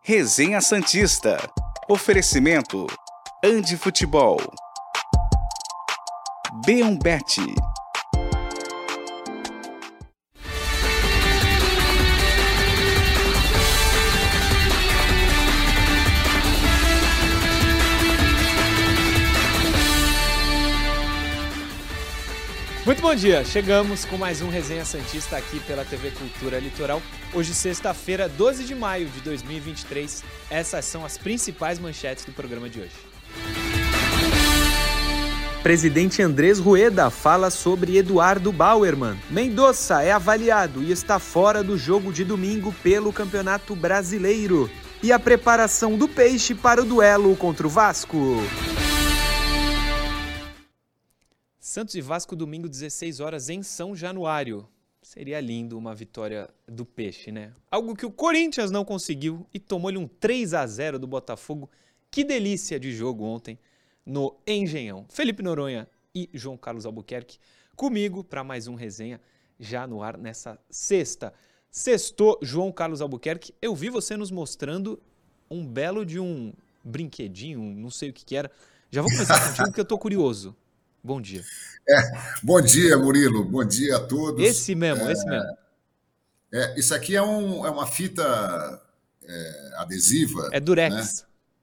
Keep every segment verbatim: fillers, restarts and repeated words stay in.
Resenha Santista. Oferecimento Andi Futebol. B um Bet. Muito bom dia, chegamos com mais um Resenha Santista aqui pela T V Cultura Litoral. Hoje, sexta-feira, doze de maio de dois mil e vinte e três. Essas são as principais manchetes do programa de hoje. Presidente Andrés Rueda fala sobre Eduardo Bauerman. Mendonça é avaliado e está fora do jogo de domingo pelo Campeonato Brasileiro. E a preparação do Peixe para o duelo contra o Vasco. Santos e Vasco, domingo, dezesseis horas, em São Januário. Seria lindo uma vitória do Peixe, né? Algo que o Corinthians não conseguiu e tomou-lhe um três a zero do Botafogo. Que delícia de jogo ontem no Engenhão. Felipe Noronha e João Carlos Albuquerque comigo para mais um Resenha já no ar nessa sexta. Sextou, João Carlos Albuquerque. Eu vi você nos mostrando um belo de um brinquedinho, não sei o que que era. Já vou começar contigo porque eu tô curioso. Bom dia. É, bom dia, Murilo. Bom dia a todos. Esse mesmo, é, esse mesmo. É, isso aqui é, um, é uma fita é, adesiva. É Durex. Né?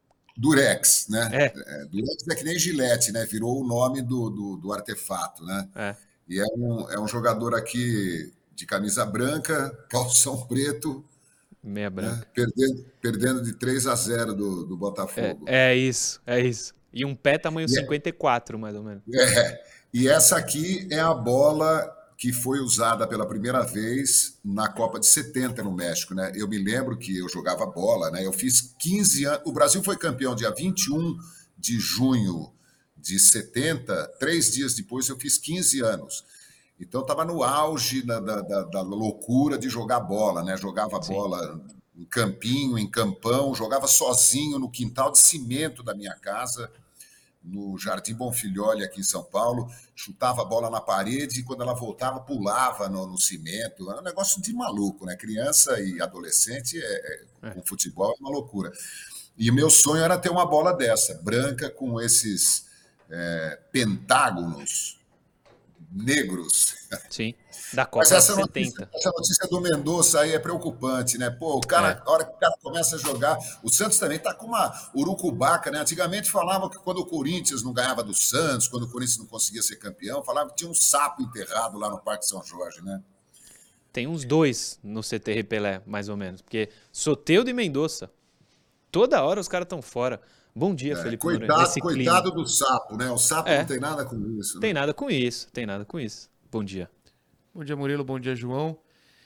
Durex, né? É. É, Durex é que nem Gillette, né? Virou o nome do, do, do artefato, né? É. E é um, é um jogador aqui de camisa branca, calção preto. Meia branca. Né? Perdendo, perdendo de três a zero do, do Botafogo. É, é isso, é isso. E um pé tamanho E cinquenta e quatro, mais ou menos. É, e essa aqui é a bola que foi usada pela primeira vez na Copa de setenta no México, né? Eu me lembro que eu jogava bola, né? Eu fiz quinze anos. O Brasil foi campeão dia vinte e um de junho de setenta. Três dias depois eu fiz quinze anos. Então estava no auge da, da, da, da loucura de jogar bola, né? Jogava Sim. bola em campinho, em campão, jogava sozinho no quintal de cimento da minha casa, no Jardim Bonfilholi, aqui em São Paulo, chutava a bola na parede e quando ela voltava, pulava no, no cimento. Era um negócio de maluco, né? Criança e adolescente é, é, com futebol é uma loucura. E o meu sonho era ter uma bola dessa, branca, com esses é, pentágonos negros. Sim, da Copa Mas essa de notícia, setenta. essa notícia do Mendonça aí é preocupante, né? Pô, o cara, É. a hora que o cara começa a jogar, o Santos também tá com uma urucubaca, né? Antigamente falavam que quando o Corinthians não ganhava do Santos, quando o Corinthians não conseguia ser campeão, falavam que tinha um sapo enterrado lá no Parque São Jorge, né? Tem uns dois no C T Repelé, mais ou menos. Porque Soteldo e Mendonça, toda hora os caras estão fora. Bom dia, É, Felipe Noronha, coitado, nesse coitado clima. do sapo, né? O sapo É. não tem nada com isso. Né? Tem nada com isso, tem nada com isso. Bom dia. Bom dia, Murilo. Bom dia, João.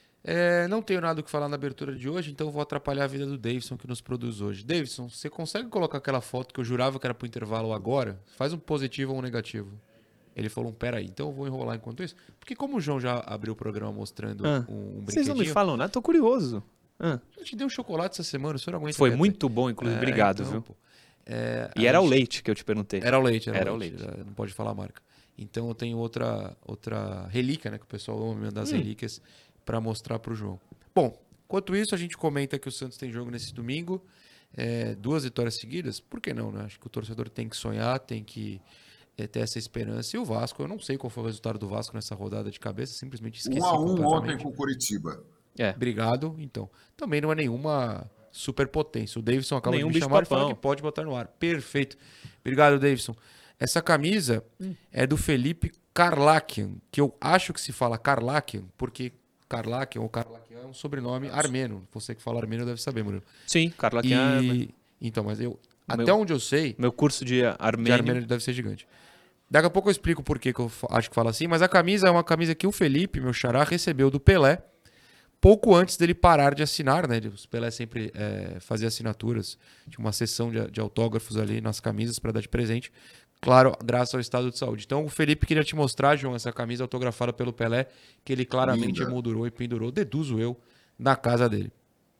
É, não tenho nada o que falar na abertura de hoje, então vou atrapalhar a vida do Davidson, que nos produz hoje. Davidson, você consegue colocar aquela foto que eu jurava que era pro intervalo agora? Faz um positivo ou um negativo. Ele falou um peraí, então eu vou enrolar enquanto isso. Porque como o João já abriu o programa mostrando Ah, um, um brinquedinho... Vocês não me falam nada, tô curioso. Ah, Eu te dei um chocolate essa semana, o senhor aguenta... foi quieto aí. muito bom, inclusive. É, Obrigado, então, viu? pô. É, E a era o gente- leite que eu te perguntei. Era o leite, era, Era o o leite. leite. Não pode falar a marca. Então eu tenho outra, outra relíquia, né? Que o pessoal ama me mandar as Hum. relíquias para mostrar pro João. Bom, enquanto isso, a gente comenta que o Santos tem jogo nesse domingo. É, duas vitórias seguidas. Por que não, né? Acho que o torcedor tem que sonhar, tem que é, ter essa esperança. E o Vasco, eu não sei qual foi o resultado do Vasco nessa rodada de cabeça, simplesmente esqueci Um a um completamente. ontem com o Curitiba. É. Obrigado, então. Também não é nenhuma superpotência. O Davidson acaba Nenhum de me bicho chamar e papão. falou que pode botar no ar. Perfeito. Obrigado, Davidson. Essa camisa Hum. é do Felipe Karlakian, que eu acho que se fala Karlakian, porque Karlakian ou Karlakian é um sobrenome armênio. Você que fala armênio deve saber, Murilo. Sim, Carla que é E... Então, mas eu... Meu- Até onde eu sei, meu curso de de armênio. armênio deve ser gigante. Daqui a pouco eu explico por que que eu fa- acho que fala assim, mas a camisa é uma camisa que o Felipe, meu xará, recebeu do Pelé, pouco antes dele parar de assinar, né? Os Pelé sempre é, fazia assinaturas, tinha uma sessão de, de autógrafos ali nas camisas para dar de presente, claro, graças ao estado de saúde. Então o Felipe queria te mostrar, João, essa camisa autografada pelo Pelé, que ele claramente Linda. emoldurou e pendurou, deduzo eu, na casa dele.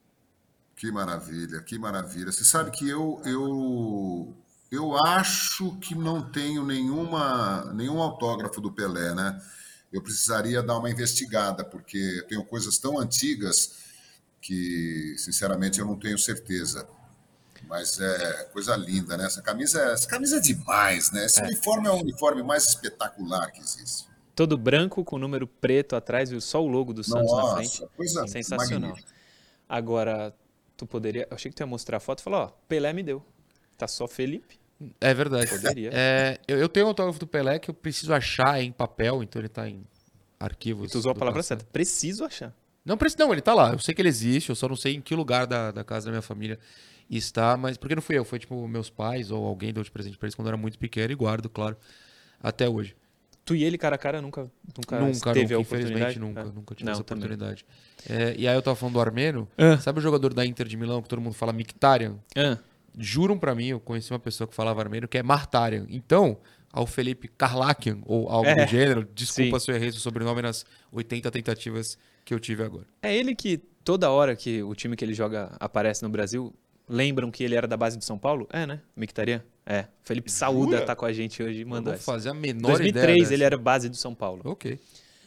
Que maravilha, que maravilha. Você sabe que eu, eu, eu acho que não tenho nenhuma, nenhum autógrafo do Pelé, né? Eu precisaria dar uma investigada, porque eu tenho coisas tão antigas que, sinceramente, eu não tenho certeza. Mas é coisa linda, né? Essa camisa, essa camisa é demais, né? Esse É. uniforme é o uniforme mais espetacular que existe. Todo branco com número preto atrás e só o logo do Santos na frente. Nossa, coisa Sensacional. magnífica. Agora, tu poderia. Eu achei que tu ia mostrar a foto e falar, ó, Pelé me deu. Tá só Felipe? É verdade. Poderia. É, eu, eu tenho um autógrafo do Pelé que eu preciso achar em papel, então ele tá em arquivos. Tu usou a do palavra passado. certa. Preciso achar. Não, preciso, não, ele tá lá. Eu sei que ele existe, eu só não sei em que lugar da, da casa da minha família está, mas porque não fui eu, foi tipo meus pais ou alguém deu de presente pra eles quando eu era muito pequeno e guardo, claro, até hoje. Tu e ele cara a cara nunca, nunca, Nunca, teve nunca, a infelizmente oportunidade? nunca, É. nunca tive Não, essa também. oportunidade. É, e aí eu tava falando do Armeno, Ah. sabe o jogador da Inter de Milão que todo mundo fala Mkhitaryan? Ah, Juram pra mim, eu conheci uma pessoa que falava armênio que é Martarian. Então, ao Felipe Karlakian, ou algo É, do gênero, desculpa sim. se eu errei seu sobrenome nas oitenta tentativas que eu tive agora. é ele que toda hora que o time que ele joga aparece no Brasil, lembram que ele era da base do São Paulo? É, né? Mictaria? É. Felipe Saúda Jura? tá com a gente hoje e Eu mandou não essa. fazer a menor dois mil e ideia três dessa. ele era base do São Paulo. Ok.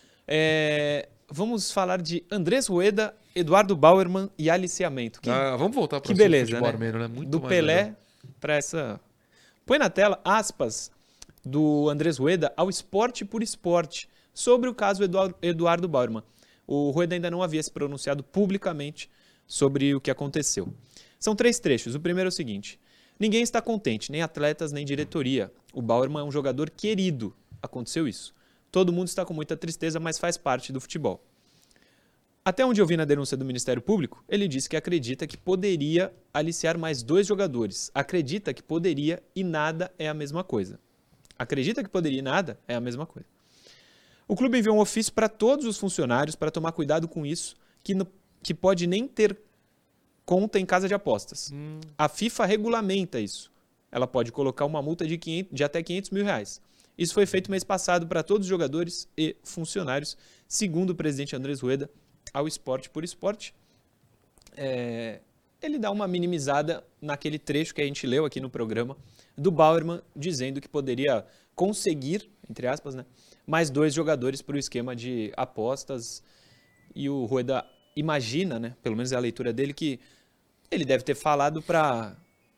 É, vamos falar de Andrés Rueda, Eduardo Bauerman e aliciamento. Que, Ah, vamos voltar para que beleza, futebol né? armênio, né? Muito do mais Pelé legal. para essa... Põe na tela aspas do Andrés Rueda ao Esporte por Esporte sobre o caso Eduardo, Eduardo Bauerman. O Rueda ainda não havia se pronunciado publicamente sobre o que aconteceu. São três trechos. O primeiro é o seguinte: ninguém está contente, nem atletas, nem diretoria. O Bauerman é um jogador querido. Aconteceu isso. Todo mundo está com muita tristeza, mas faz parte do futebol. Até onde eu vi na denúncia do Ministério Público, ele disse que acredita que poderia aliciar mais dois jogadores. Acredita que poderia e nada é a mesma coisa. Acredita que poderia e nada é a mesma coisa. O clube enviou um ofício para todos os funcionários para tomar cuidado com isso, que, no, que pode nem ter conta em casa de apostas. Hum. A FIFA regulamenta isso. Ela pode colocar uma multa de, quinhentos, de até quinhentos mil reais. Isso foi feito mês passado para todos os jogadores e funcionários, segundo o presidente Andrés Rueda, ao Esporte por Esporte. É, ele dá uma minimizada naquele trecho que a gente leu aqui no programa do Bauerman, dizendo que poderia conseguir, entre aspas, né, mais dois jogadores para o esquema de apostas. E o Rueda imagina, né, pelo menos é a leitura dele, que ele deve ter falado para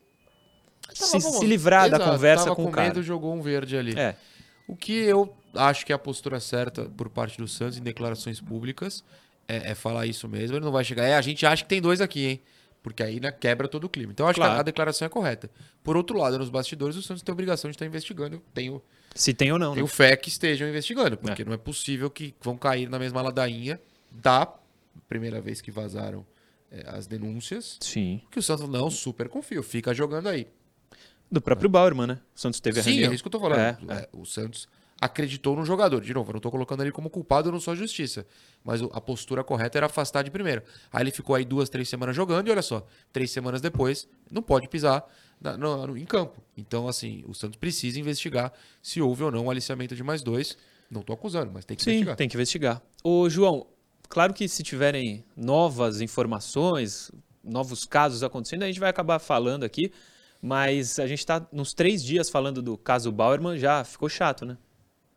se, Tava, se livrar da exato, conversa tava com o com cara. medo, jogou um verde ali. É, O que eu acho que é a postura certa por parte do Santos em declarações públicas é, é falar isso mesmo. Ele não vai chegar, é, a gente acha que tem dois aqui, hein? Porque aí, né, quebra todo o clima. Então eu acho que Claro. a, a declaração é correta. Por outro lado, nos bastidores, o Santos tem a obrigação de estar investigando. Eu tenho, se tem ou não, né? tenho fé que estejam investigando, porque não é possível que vão cair na mesma ladainha da primeira vez que vazaram é, as denúncias. Sim. Que o Santos não, super confio, fica jogando aí. Do próprio Bauerman, né? O Santos teve a Sim, reunião. é isso que eu tô falando. É, É, o Santos acreditou no jogador. De novo, eu não tô colocando ele como culpado, eu não sou a justiça. Mas o- a postura correta era afastar de primeira. Aí ele ficou aí duas, três semanas jogando e olha só, três semanas depois, não pode pisar na- no- no- em campo. Então, assim, o Santos precisa investigar se houve ou não um aliciamento de mais dois. Não tô acusando, mas tem que Sim, investigar. tem que investigar. Ô, João, claro que se tiverem novas informações, novos casos acontecendo, a gente vai acabar falando aqui, mas a gente está nos três dias falando do caso Bauerman, já ficou chato, né?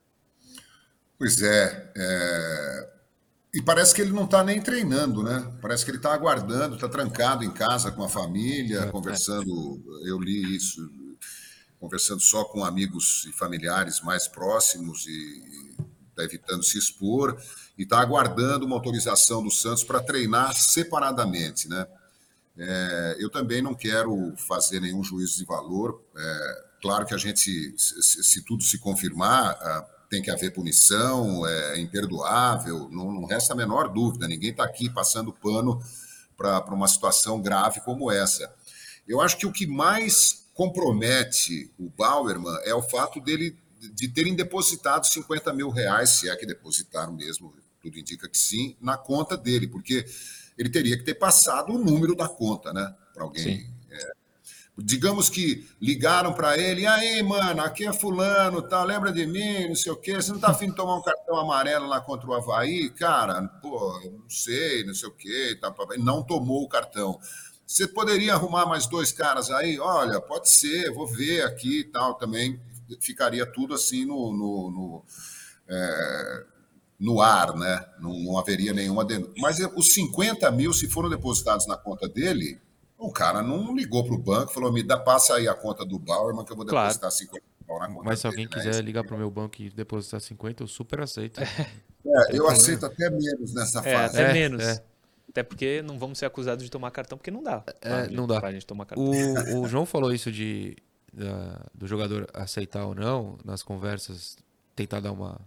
Pois é, é, e parece que ele não está nem treinando, né? Parece que ele está aguardando, está trancado em casa com a família, conversando. Eu li isso, conversando só com amigos e familiares mais próximos e está evitando se expor e está aguardando uma autorização do Santos para treinar separadamente, né? É, eu também não quero fazer nenhum juízo de valor. É, claro que a gente, se, se tudo se confirmar, ah, tem que haver punição, é imperdoável, não, não resta a menor dúvida. Ninguém está aqui passando pano para uma situação grave como essa. Eu acho que o que mais compromete o Bauerman é o fato dele de terem depositado cinquenta mil reais, se é que depositaram mesmo, tudo indica que sim, na conta dele, porque ele teria que ter passado o número da conta, né, para alguém. É, digamos que ligaram para ele, e aí, mano, aqui é fulano, tá, lembra de mim, não sei o quê, você não tá afim de tomar um cartão amarelo lá contra o Avaí? Cara, pô, não sei, não sei o quê, tá, não tomou o cartão. Você poderia arrumar mais dois caras aí? Olha, pode ser, vou ver aqui e tal, também ficaria tudo assim no... no, no é, no ar, né? Não, não haveria nenhuma denúncia. Mas os cinquenta mil, se foram depositados na conta dele, o cara não ligou para o banco e falou: me dá, passa aí a conta do Bauerman que eu vou depositar claro. cinquenta mil na conta Mas se dele, alguém né? quiser ligar pro meu banco e depositar cinquenta, eu super aceito. É, eu aceito até menos nessa É, fase. até É, menos. é. Até porque não vamos ser acusados de tomar cartão, porque não dá. É, pra não dá. Pra gente tomar cartão. O, o João falou isso de, da- do jogador aceitar ou não, nas conversas, tentar dar uma,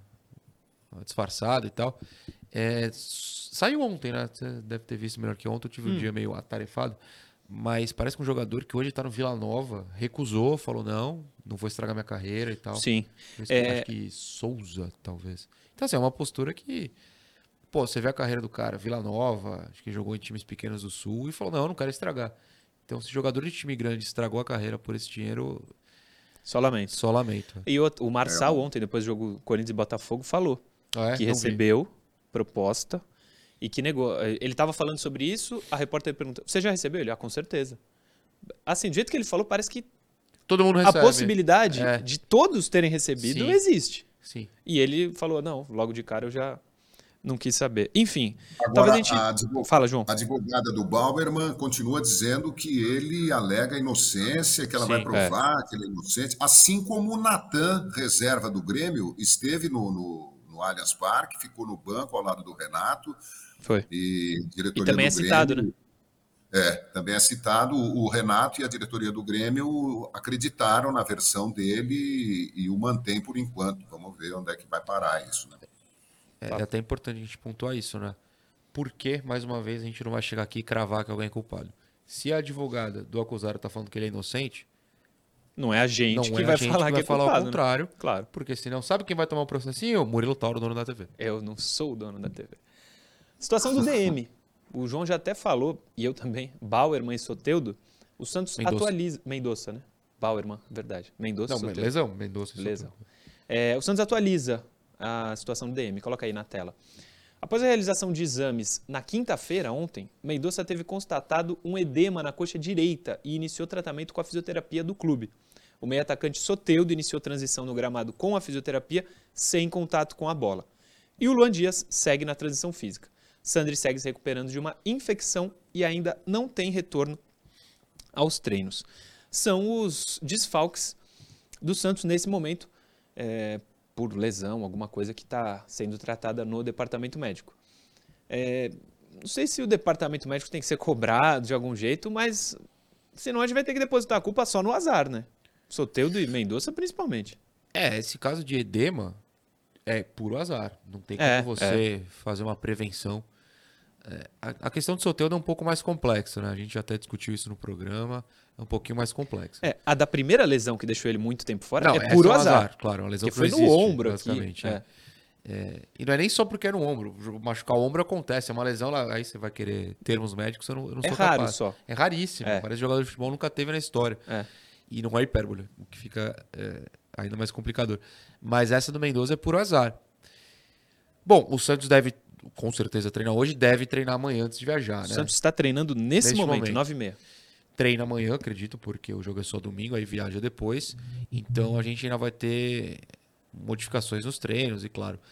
uma disfarçada e tal. É, s- saiu ontem, né? Você deve ter visto melhor que ontem. Eu tive um dia meio atarefado. Mas parece que um jogador que hoje tá no Vila Nova recusou, falou: não, não vou estragar minha carreira e tal. Sim. Por isso que É, Acho que Souza, talvez. Então, assim, é uma postura que. Pô, você vê a carreira do cara, Vila Nova, acho que jogou em times pequenos do Sul e falou: não, não quero estragar. Então, se jogador de time grande estragou a carreira por esse dinheiro, só lamento. só lamento. E o, o Marçal, ontem, depois do jogo Corinthians e Botafogo, falou Ah, é? que Não vi. recebeu proposta e que negou. Ele estava falando sobre isso, a repórter perguntou: você já recebeu? Ele, ah, com certeza. Assim, do jeito que ele falou, parece que Todo mundo a recebe. possibilidade É. de todos terem recebido Sim. existe. Sim. E ele falou: não, logo de cara eu já não quis saber. Enfim, Agora, talvez a gente. a advo- Fala, João. A advogada do Bauerman continua dizendo que ele alega inocência, que ela Sim, vai provar que ele é inocente, assim como o Natan, reserva do Grêmio, esteve no, no, no Allianz Parque, ficou no banco ao lado do Renato, Foi. e E diretoria também do é citado, Grêmio, né? É, também é citado, o Renato e a diretoria do Grêmio acreditaram na versão dele e o mantém por enquanto. Vamos ver onde é que vai parar isso, né? É, Tá. é até importante a gente pontuar isso, né? Por que, mais uma vez, a gente não vai chegar aqui e cravar que alguém é culpado? Se a advogada do acusado tá falando que ele é inocente, Não é a gente não que é vai a gente falar que que, vai é falar culpado, o né? contrário. Claro. Porque senão, sabe quem vai tomar o processinho? Murilo Tauro, dono da T V. Eu não sou o dono da T V. Situação do D M. O João já até falou, e eu também, Bauerman e Soteldo. O Santos Mendonça. atualiza. Mendonça, né? Bauerman, verdade. Mendonça e Não, Soteldo. lesão, Mendonça. e Lesão. Soteldo. É, o Santos atualiza a situação do D M. Coloca aí na tela. Após a realização de exames na quinta-feira, ontem, Mendonça teve constatado um edema na coxa direita e iniciou tratamento com a fisioterapia do clube. O meio-atacante Soteldo iniciou transição no gramado com a fisioterapia sem contato com a bola. E o Luan Dias segue na transição física. Sandri segue se recuperando de uma infecção e ainda não tem retorno aos treinos. São os desfalques do Santos nesse momento, é, por lesão, alguma coisa que está sendo tratada no departamento médico. É, não sei se o departamento médico tem que ser cobrado de algum jeito, mas senão a gente vai ter que depositar a culpa só no azar, né? Soteldo e Mendonça principalmente. É, esse caso de edema é puro azar. Não tem como É, você fazer uma prevenção. É, a, a questão do Soteldo é um pouco mais complexa, né? A gente já até discutiu isso no programa. É um pouquinho mais complexa. É, a da primeira lesão que deixou ele muito tempo fora Não, é essa puro um azar. Claro, uma lesão Que que foi não no existe, ombro aqui. basicamente. É. É. É, e não é nem só porque é no ombro. Machucar o ombro acontece. É uma lesão, lá, aí você vai querer termos médicos, eu não, eu não É sou raro capaz. só. É raríssimo. É. Parece que jogador de futebol nunca teve na história. É. E não é hipérbole, o que fica é, ainda mais complicador. Mas essa do Mendonça é puro azar. Bom, o Santos deve, com certeza, treinar hoje, deve treinar amanhã antes de viajar, O né? Santos está treinando nesse Neste momento, momento. nove e meia. Treina amanhã, acredito, porque o jogo é só domingo, aí viaja depois. Então a gente ainda vai ter modificações nos treinos, e claro.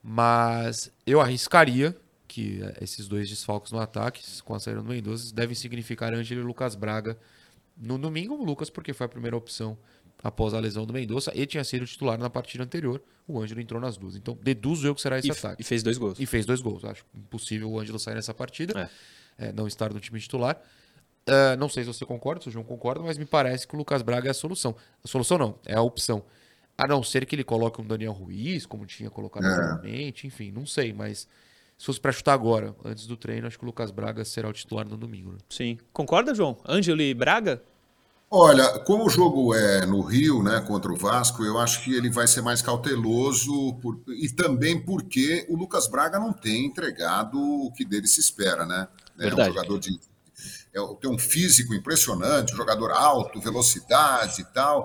Mas eu arriscaria que esses dois desfalques no ataque, com a saída do Mendonça, devem significar Ângelo e Lucas Braga no domingo. O Lucas, porque foi a primeira opção após a lesão do Mendonça, e tinha sido titular na partida anterior. O Ângelo entrou nas duas. Então deduzo eu que será esse E, ataque. e fez dois gols. E fez dois gols. Acho impossível o Ângelo sair nessa partida, é, não estar no time titular. Uh, não sei se você concorda, se o João concorda, mas me parece que o Lucas Braga é a solução. A solução não, é a opção. A não ser que ele coloque um Daniel Ruiz, como tinha colocado É. anteriormente, enfim, não sei, mas se fosse pra chutar agora, antes do treino, acho que o Lucas Braga será o titular no domingo. Né? Sim. Concorda, João? Ângelo e Braga? Olha, como o jogo é no Rio, né, contra o Vasco, eu acho que ele vai ser mais cauteloso por- e também porque o Lucas Braga não tem entregado o que dele se espera, né? É um Verdade. jogador de é, tem um físico impressionante, um jogador alto, velocidade e tal.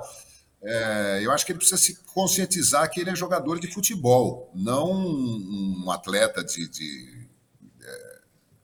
É, eu acho que ele precisa se conscientizar que ele é jogador de futebol, não um, um atleta de, de é,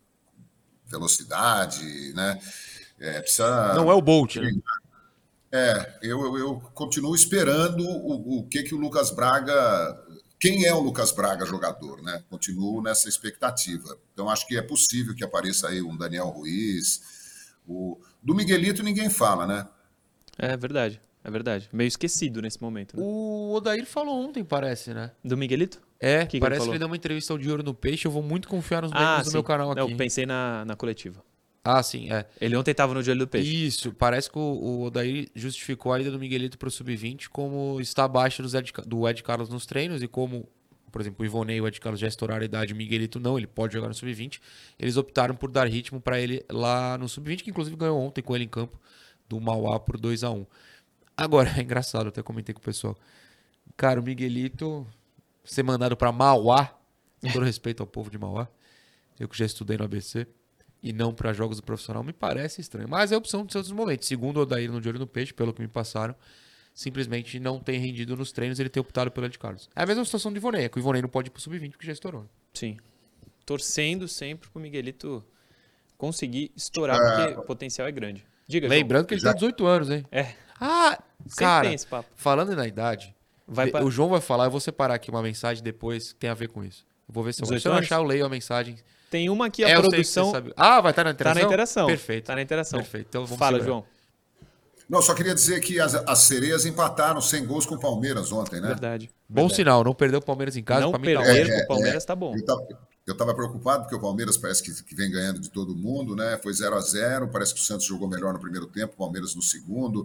velocidade, né? É, precisa Não é o Bolt, né? É, eu, eu, eu continuo esperando o, o que, que o Lucas Braga quem é o Lucas Braga jogador, né? Continuo nessa expectativa. Então, acho que é possível que apareça aí um Daniel Ruiz. O... Do Miguelito ninguém fala, né? É verdade, é verdade. Meio esquecido nesse momento, né? O Odair falou ontem, parece, né? Do Miguelito? É, Que que parece ele que falou? ele deu uma entrevista ao De Olho no Peixe. Eu vou muito confiar nos Ah, membros do sim. meu canal aqui. Não, eu pensei na, na coletiva. Ah, sim, é. Ele ontem tava no De Olho do Peixe. Isso, parece que o, o Odair justificou a ida do Miguelito para o sub vinte como está abaixo do Ed, do Ed Carlos nos treinos e como, por exemplo, o Ivonei e o Ed Carlos já estouraram a idade, o Miguelito não, ele pode jogar no sub vinte. Eles optaram por dar ritmo para ele lá no sub vinte, que inclusive ganhou ontem com ele em campo do Mauá por dois a um. Agora, é engraçado, eu até comentei com o pessoal. Cara, o Miguelito ser mandado para Mauá, com todo respeito ao povo de Mauá, eu que já estudei no A B C, e não para jogos do profissional, me parece estranho. Mas é a opção de outros momentos. Segundo o Odair no De Olho no Peixe, pelo que me passaram, simplesmente não tem rendido nos treinos, ele tem optado pelo Ed Carlos. É a mesma situação do Ivonei, é que o Ivonei não pode ir pro sub vinte porque já estourou. Sim. Torcendo sempre pro Miguelito conseguir estourar, É. porque o potencial é grande. Diga, João. Lembrando que ele Já- tem dezoito anos, hein? É, Ah, sempre cara, tem esse papo. falando na idade, Vai de- pra... o João vai falar, eu vou separar aqui uma mensagem depois que tem a ver com isso. Eu vou ver se eu, dezoito se eu anos? achar, eu leio a mensagem. Tem uma que a É, eu sei que produção você sabe. Ah, vai estar na tá interação? na interação. Perfeito. Tá na interação. Perfeito. Então vamos Fala, segurar. João. Não, só queria dizer que as, as sereias empataram sem gols com o Palmeiras ontem, né? Verdade. Bom Verdade. sinal, não perdeu o Palmeiras em casa, Não pra mim tá perder ótimo. com o Palmeiras tá bom. Eu tava, eu tava preocupado porque o Palmeiras parece que, que vem ganhando de todo mundo, né? Foi zero a zero, parece que o Santos jogou melhor no primeiro tempo, o Palmeiras no segundo.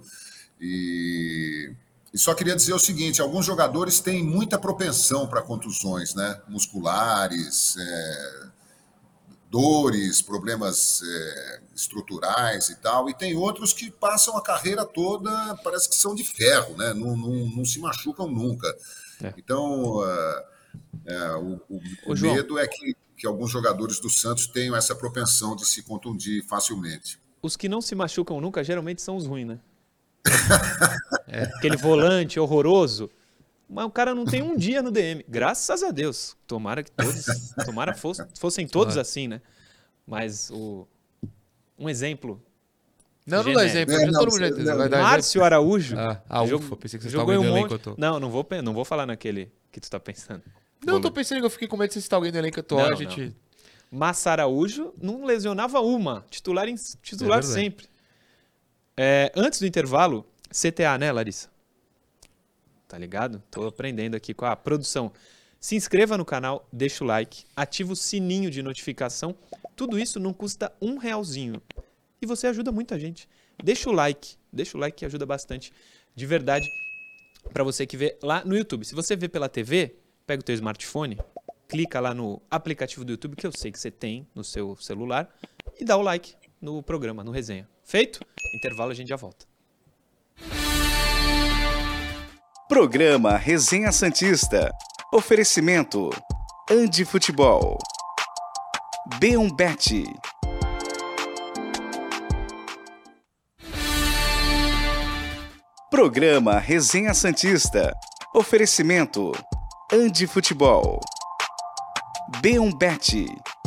E, e só queria dizer o seguinte, alguns jogadores têm muita propensão para contusões, né? Musculares, é, dores, problemas é, estruturais e tal, e tem outros que passam a carreira toda, parece que são de ferro, né? Não, não, não se machucam nunca. É. Então, uh, é, o, o, Ô, o João. medo é que, que alguns jogadores do Santos tenham essa propensão de se contundir facilmente. Os que não se machucam nunca, geralmente são os ruins, né? É, aquele volante horroroso. Mas o cara não tem um dia no D M. Graças a Deus. Tomara que todos. Tomara fosse, fossem todos assim, né? Mas o, um exemplo. Não, não dá genérico. exemplo. É, já não, todo mundo já você- entendeu. não, Vai dar Márcio Araújo. exemplo. Ah, ah jog- ufa, pensei que você jogou estava em alguém um do elenco monte... que eu tô. Não, não vou, pe- não vou falar naquele que tu tá pensando. Não, eu tô Vou- pensando que eu fiquei com medo de você citar alguém do elenco atual, Não, a não. gente... Massa Araújo não lesionava uma. Titular, em, titular É verdade. sempre. É, antes do intervalo, C T A, né, Larissa? Tá ligado? Tô aprendendo aqui com a produção. Se inscreva no canal, deixa o like, ativa o sininho de notificação. Tudo isso não custa um realzinho. E você ajuda muita gente. Deixa o like, deixa o like que ajuda bastante. De verdade, para você que vê lá no YouTube. Se você vê pela T V, pega o teu smartphone, clica lá no aplicativo do YouTube, que eu sei que você tem no seu celular, e dá o like no programa, no resenha. Feito? Intervalo, a gente já volta. Programa Resenha Santista. Oferecimento. Andi Futebol. B um Bet. Programa Resenha Santista. Oferecimento. Andi Futebol. B um Bet.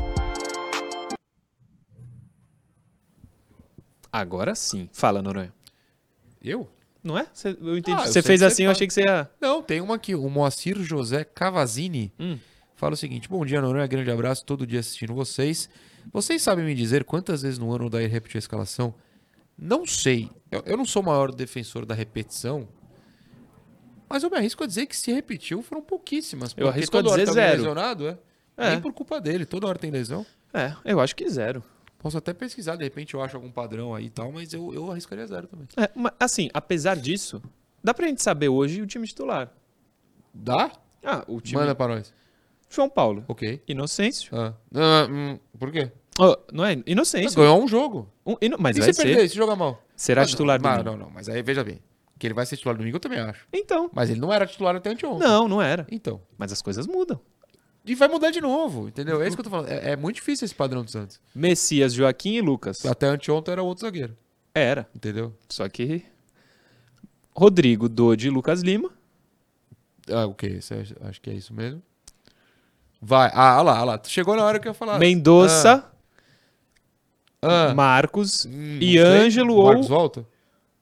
Agora sim. Fala, Noronha. Eu? Não é? Cê, eu entendi. Ah, eu você sei fez que você assim, eu fala. achei que você ia... Não, tem uma aqui. O Moacir José Cavazini Hum. fala o seguinte. Bom dia, Noronha. Grande abraço. Todo dia assistindo vocês. Vocês sabem me dizer quantas vezes no ano o Odair repetiu a escalação? Não sei. Eu, eu não sou o maior defensor da repetição. Mas eu me arrisco a dizer que se repetiu foram pouquíssimas. Eu porque arrisco a toda hora dizer tá alguém zero. lesionado, é? É. Nem por culpa dele. Toda hora tem lesão. É, eu acho que zero. Posso até pesquisar, de repente eu acho algum padrão aí e tal, mas eu, eu arriscaria zero também. É, mas, assim, apesar disso, dá pra gente saber hoje o time titular. Dá? Ah, o time... Manda pra nós. João Paulo. Ok. Inocêncio. Ah. Ah, hum, por quê? Oh, não é? Inocêncio. Ganhou um jogo. Um, ino- mas e vai se perder, ser. se jogar mal? Será Ah, titular não, domingo. não, não, mas aí veja bem. Que ele vai ser titular domingo eu também acho. Então. Mas ele não era titular até anteontem. Não, não era. Então. Mas as coisas mudam. E vai mudar de novo, entendeu? É isso que eu tô falando. É, é muito difícil esse padrão do Santos. Messias, Joaquim e Lucas. Até anteontem era outro zagueiro, Era. entendeu? Só que... Rodrigo, Dodi e Lucas Lima. Ah, ok. Isso é- acho que é isso mesmo. Vai. Ah, olha lá, olha lá. Chegou na hora que eu ia falar. Mendonça, Ah, Marcos hum, e não sei. Ângelo O Marcos ou... volta?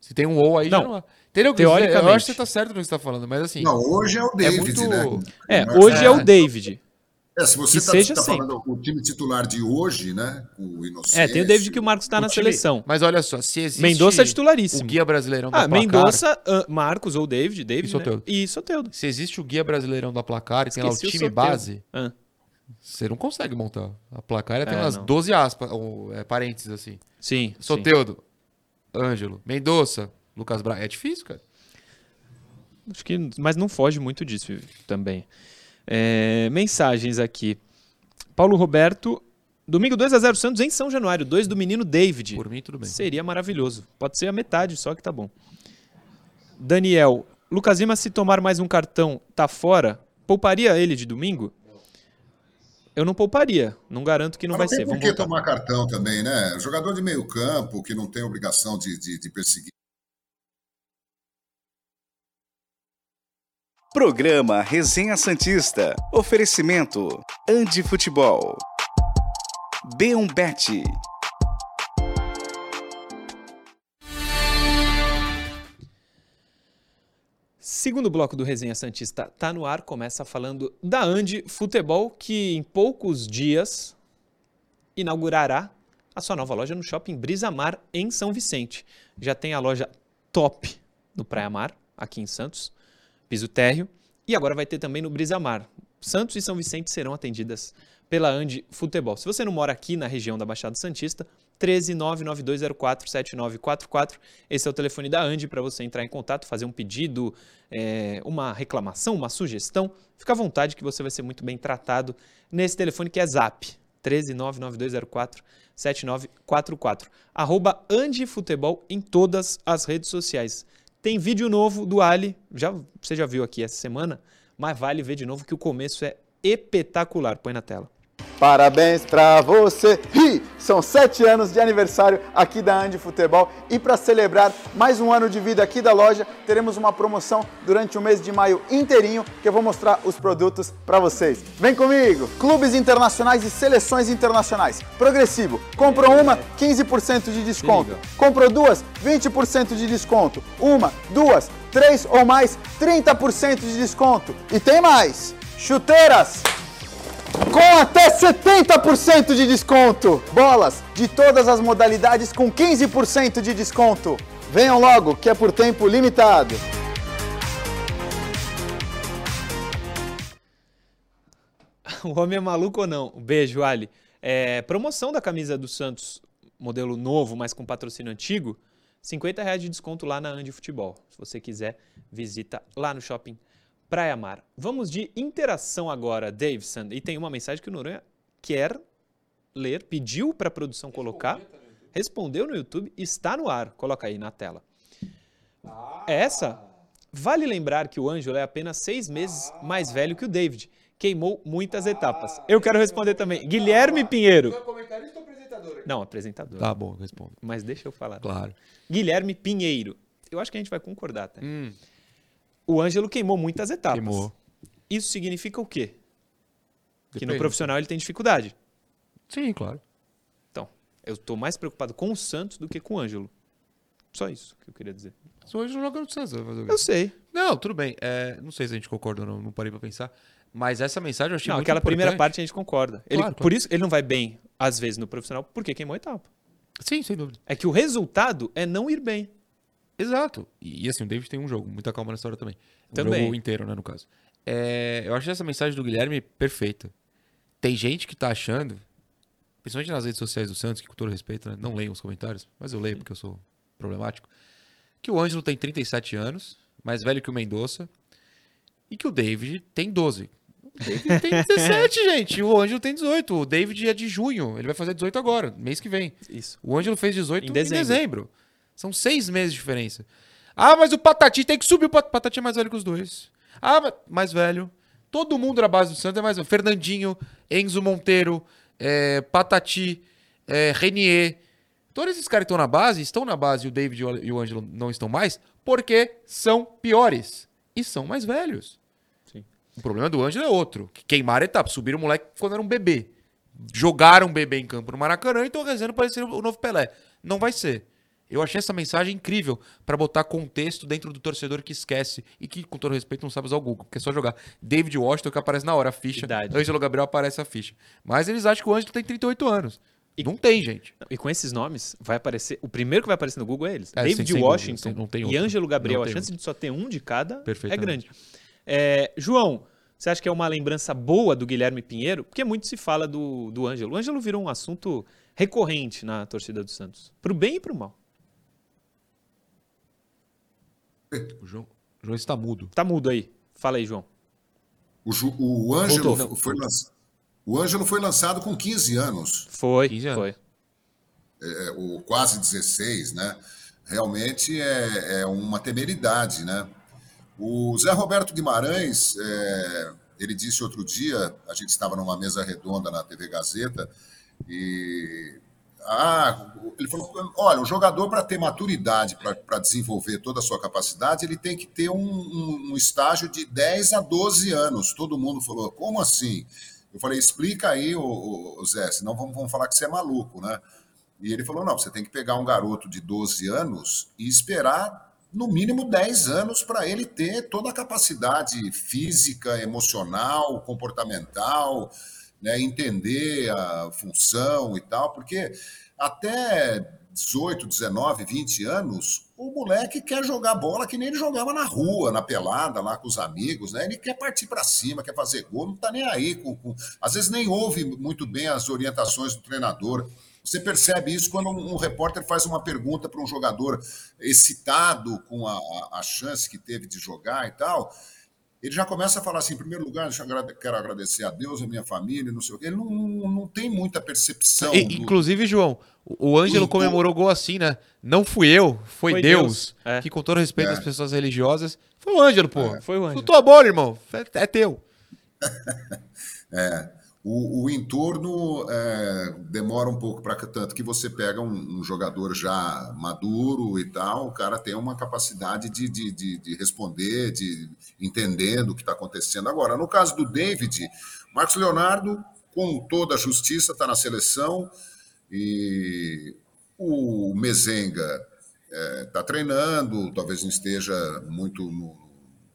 Se tem um ou aí, Não, já não há. Entendeu? teoricamente. Eu acho que você tá certo no que você tá falando, mas assim... Não, hoje é o David, muito- né? É, Mas- hoje é, o David. É, se você que está seja falando o time titular de hoje, né? O Inocêncio. É, tem o David que o Marcos tá o na time- seleção. Mas olha só, se existe... Mendonça é titularíssimo. O Guia Brasileirão da Ah, Placar... Mendonça, ah, Marcos ou David, David, E Soteldo. né? E Soteldo. Se existe o Guia Brasileirão da Placar e tem lá o Esqueci time Soteldo. base, Ah, você não consegue montar. A Placar tem É, umas não. doze aspas, ou é, parênteses assim. sim, sim. Soteldo, Ângelo, Mendonça, Lucas Braga. É difícil, cara. Acho que, mas não foge muito disso também. É, mensagens aqui. Paulo Roberto, domingo dois a zero Santos em São Januário, dois do menino David. Por mim, tudo bem. Seria maravilhoso. Pode ser a metade só que tá bom. Daniel, Lucas Lima, se tomar mais um cartão, tá fora? Pouparia ele de domingo? Eu não pouparia. Não garanto que não vai Mas ser. tem por Vamos que voltar. tomar cartão também, né? Jogador de meio campo que não tem obrigação de, de, de perseguir. Programa Resenha Santista. Oferecimento Andi Futebol. B um Bet. Segundo bloco do Resenha Santista tá no ar, começa falando da Andi Futebol, que em poucos dias inaugurará a sua nova loja no Shopping Brisa Mar, em São Vicente. Já tem a loja top no Praia Mar, aqui em Santos, piso térreo, e agora vai ter também no Brisa Mar. Santos e São Vicente serão atendidas pela Andi Futebol. Se você não mora aqui na região da Baixada Santista, treze nove nove dois zero quatro sete nove quatro quatro. Esse é o telefone da Andi para você entrar em contato, fazer um pedido, é, uma reclamação, uma sugestão. Fica à vontade que você vai ser muito bem tratado nesse telefone que é Zap. treze nove nove dois zero quatro sete nove quatro quatro. Arroba Andi Futebol em todas as redes sociais. Tem vídeo novo do Ali, já, você já viu aqui essa semana, mas vale ver de novo que o começo é espetacular. Põe na tela. Parabéns pra você! Ih, são sete anos de aniversário aqui da Andi Futebol e para celebrar mais um ano de vida aqui da loja, teremos uma promoção durante o mês de maio inteirinho que eu vou mostrar os produtos para vocês. Vem comigo! Clubes internacionais e seleções internacionais. Progressivo. Comprou uma, quinze por cento de desconto. Liga. Comprou duas, vinte por cento de desconto. Uma, duas, três ou mais, trinta por cento de desconto. E tem mais! Chuteiras! Com até setenta por cento de desconto. Bolas de todas as modalidades com quinze por cento de desconto. Venham logo, que é por tempo limitado. O homem é maluco ou não? Um beijo, Ali. É, promoção da camisa do Santos, modelo novo, mas com patrocínio antigo, cinquenta reais de desconto lá na Andi Futebol. Se você quiser, visita lá no Shopping Praia Mar. Vamos de interação agora, Davidson. E tem uma mensagem que o Noronha quer ler, pediu para a produção colocar, respondeu no YouTube, está no ar. Coloca aí na tela. Essa, vale lembrar que o Ângelo é apenas seis meses mais velho que o David. Queimou muitas etapas. Eu quero responder também. Guilherme Pinheiro. comentarista ou apresentador? Não, apresentador. Tá bom, respondo. Mas deixa eu falar. Claro. Guilherme Pinheiro. Eu acho que a gente vai concordar, tá? Hum, O Ângelo queimou muitas etapas. queimou. Isso significa o quê? Que no Depende. profissional ele tem dificuldade. Sim, claro. Então, eu estou mais preocupado com o Santos do que com o Ângelo. Só isso que eu queria dizer. Mas hoje não joga no Santos, vai fazer o quê? Eu sei. Não, tudo bem. É, não sei se a gente concorda ou não, não parei pra pensar. Mas essa mensagem eu achei Não, muito aquela importante. primeira parte a gente concorda. Ele, Claro, Por claro. isso ele não vai bem, às vezes, no profissional, porque queimou etapa. Sim, sem dúvida. É que o resultado é não ir bem. Exato. E, e assim, o David tem um jogo, muita calma na história também. Um Também. jogo inteiro, né, no caso. É, eu achei essa mensagem do Guilherme perfeita. Tem gente que tá achando, principalmente nas redes sociais do Santos, que com todo respeito, né, não leiam os comentários, mas eu leio porque eu sou problemático, que o Ângelo tem trinta e sete anos, mais velho que o Mendonça, e que o David tem doze. O David tem dezessete, gente. O Ângelo tem dezoito. O David é de junho. Ele vai fazer dezoito agora, mês que vem. Isso. O Ângelo fez dezoito Em em dezembro. dezembro. São seis meses de diferença. Ah, mas o Patati tem que subir. O Pat- Patati é mais velho que os dois. Ah, mas mais velho. Todo mundo na base do Santos é mais velho. Fernandinho, Enzo Monteiro, é, Patati, é, Renier. Todos esses caras que estão na base, estão na base e o David e o- e o Ângelo não estão mais, porque são piores. E são mais velhos. Sim. O problema do Ângelo é outro. Que queimaram a etapa. Subiram o moleque quando era um bebê. Jogaram um bebê em campo no Maracanã e estão rezando para ser o novo Pelé. Não vai ser. Eu achei essa mensagem incrível pra botar contexto dentro do torcedor que esquece e que, com todo respeito, não sabe usar o Google, porque é só jogar David Washington que aparece na hora a ficha, Idade. Ângelo Gabriel aparece a ficha. Mas eles acham que o Ângelo tem trinta e oito anos. E- Não tem, gente. E com esses nomes, vai aparecer. O primeiro que vai aparecer no Google é eles. É, David sem- sem Washington dúvida, sem- não tem e outro. Ângelo Gabriel. Não A tem chance de só ter um de cada é Perfeitamente. grande. É, João, você acha que é uma lembrança boa do Guilherme Pinheiro? Porque muito se fala do, do Ângelo. O Ângelo virou um assunto recorrente na torcida do Santos. Pro bem e pro mal. O João, o João está mudo. Tá mudo aí. Fala aí, João. O, Ju- o Ângelo Voltou. foi lançado. O Ângelo foi lançado com quinze anos, Foi, quinze anos. foi. é, ou quase dezesseis, né? Realmente é, é uma temeridade, né? O Zé Roberto Guimarães, é, ele disse outro dia, a gente estava numa mesa redonda na T V Gazeta, e ah, ele falou, olha, o jogador para ter maturidade, para desenvolver toda a sua capacidade, ele tem que ter um, um, um estágio de dez a doze anos. Todo mundo falou, como assim? Eu falei, explica aí, ô, ô, Zé, senão vamos, vamos falar que você é maluco, né? E ele falou, não, você tem que pegar um garoto de doze anos e esperar no mínimo dez anos para ele ter toda a capacidade física, emocional, comportamental, né, entender a função e tal, porque até dezoito, dezenove, vinte anos, o moleque quer jogar bola que nem ele jogava na rua, na pelada, lá com os amigos, né? Ele quer partir para cima, quer fazer gol, não tá nem aí. Com, com... Às vezes nem ouve muito bem as orientações do treinador. Você percebe isso quando um, um repórter faz uma pergunta para um jogador excitado com a, a, a chance que teve de jogar e tal. Ele já começa a falar assim, em primeiro lugar, eu quero agradecer a Deus, a minha família, não sei o quê. Ele não, não tem muita percepção. E, do... Inclusive, João, o o Ângelo Do- comemorou o gol assim, né? Não fui eu, foi, Foi Deus. Deus, é. Que, com todo respeito É. às pessoas religiosas, foi o Ângelo, pô. Foi o Ângelo. Chutou a bola, irmão. É, é teu. É, o, o entorno é, demora um pouco para tanto que você pega um, um jogador já maduro e tal, o cara tem uma capacidade de, de, de, de responder, de entendendo o que está acontecendo. Agora, no caso do David, Marcos Leonardo, com toda a justiça, está na seleção e o Mezenga está treinando, talvez não esteja muito no-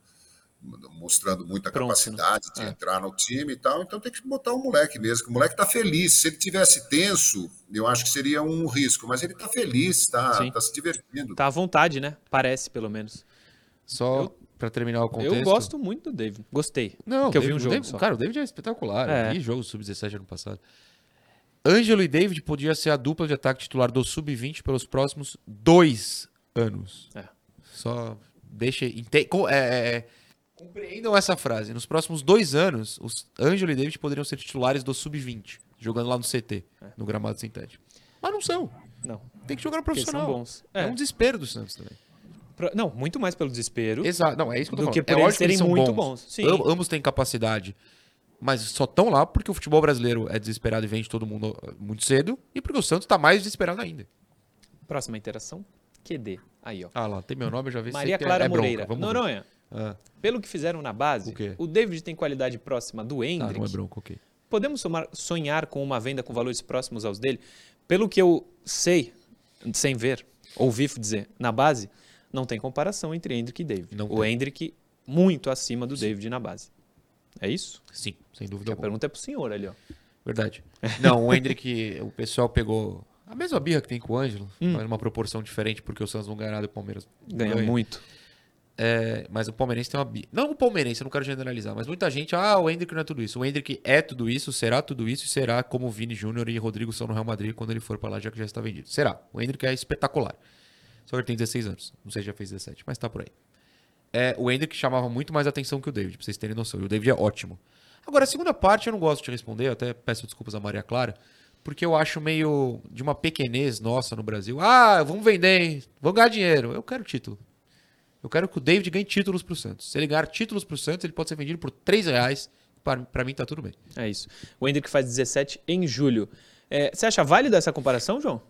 mostrando muita Pronto, capacidade de né? É. entrar no time e tal, então tem que botar o moleque mesmo, que o moleque tá feliz. Se ele tivesse tenso, eu acho que seria um risco, mas ele tá feliz, tá, Sim. tá se divertindo. Tá à vontade, né? Parece, pelo menos. Só Eu- pra terminar o contexto. Eu gosto muito do David. Gostei. Não, Porque eu vi David- um o jogo David- só. Cara, o David é espetacular. É. Eu vi jogo sub dezessete ano passado. Ângelo e David podia ser a dupla de ataque titular do sub vinte pelos próximos dois anos. É. Só deixa. ente- co- é, é, é, compreendam essa frase. Nos próximos dois anos, os Ângelo e David poderiam ser titulares do sub vinte, jogando lá no C T, no gramado sintético. Mas não são. Não. Tem que jogar no Porque eles são profissional. bons. É. É. um desespero do Santos também. Pro- Não, muito mais pelo desespero. Exato. Não, é isso que eu tô Do falando. que por é eles lógico que serem são muito bons. bons. Sim. Am- ambos têm capacidade. Mas só estão lá porque o futebol brasileiro é desesperado e vende todo mundo uh, muito cedo. E porque o Santos tá mais desesperado ainda. Próxima interação. Q D. Aí, ó. Ah lá, tem meu nome, eu já vi. Maria sei que Clara é, é bronca. Moreira. Vamos ver. Noronha, Ah, pelo que fizeram na base, O quê? o David tem qualidade próxima do tá, Hendrick. não é bronco, ok. Podemos somar- sonhar com uma venda com valores próximos aos dele? Pelo que eu sei, sem ver, ouvi dizer, na base, não tem comparação entre Hendrick e David. Não o tem. Hendrick muito acima do David na base. É isso? Sim, sem dúvida Que a alguma. pergunta é pro senhor ali, ó. Verdade. Não, o Hendrick, o pessoal pegou a mesma birra que tem com o Ângelo, mas numa proporção diferente, porque o Santos não ganha nada e o Palmeiras Ganha muito. É, mas o palmeirense tem uma bi... Não o palmeirense, eu não quero generalizar, mas muita gente, ah, o Hendrick não é tudo isso. O Hendrick é tudo isso, será tudo isso, e será como o Vini Júnior e Rodrigo são no Real Madrid quando ele for pra lá, já que já está vendido. Será. O Hendrick é espetacular. Só que ele tem dezesseis anos. Não sei se já fez dezessete, mas tá por aí. É, o Hendrick chamava muito mais atenção que o David, pra vocês terem noção. E o David é ótimo. Agora, a segunda parte eu não gosto de responder, eu até peço desculpas a Maria Clara, porque eu acho meio de uma pequenez nossa no Brasil. Ah, vamos vender, hein? Vamos ganhar dinheiro. Eu quero título. Eu quero que o David ganhe títulos pro Santos. Se ele ganhar títulos pro Santos, ele pode ser vendido por três reais. Pra, pra mim tá tudo bem. É isso. O Hendrick faz dezessete em julho. É, você acha válida essa comparação, João?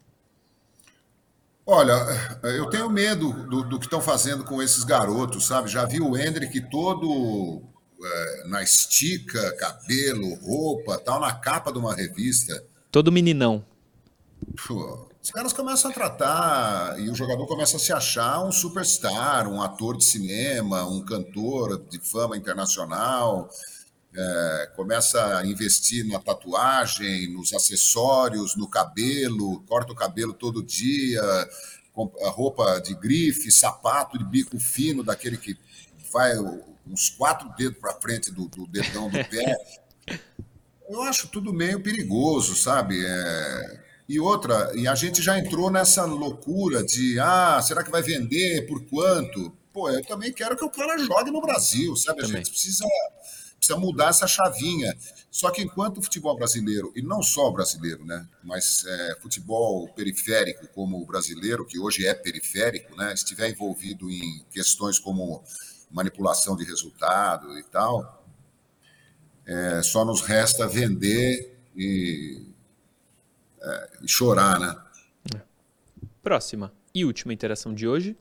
Olha, eu tenho medo do, do que estão fazendo com esses garotos, sabe? Já vi o Hendrick todo é, na estica, cabelo, roupa, tal, na capa de uma revista. Todo meninão. Pô, os caras começam a tratar e o jogador começa a se achar um superstar, um ator de cinema, um cantor de fama internacional, é, começa a investir na tatuagem, nos acessórios, no cabelo, corta o cabelo todo dia, com a roupa de grife, sapato de bico fino, daquele que vai uns quatro dedos para frente do, do dedão do pé. Eu acho tudo meio perigoso, sabe? É, E outra, e a gente já entrou nessa loucura de, ah, será que vai vender? Por quanto? Pô, eu também quero que o cara jogue no Brasil, sabe? A Também. gente precisa, precisa mudar essa chavinha. Só que enquanto o futebol brasileiro, e não só o brasileiro, né? Mas é, futebol periférico como o brasileiro, que hoje é periférico, né? Estiver envolvido em questões como manipulação de resultado e tal, é, só nos resta vender e e chorar, né? Próxima e última interação de hoje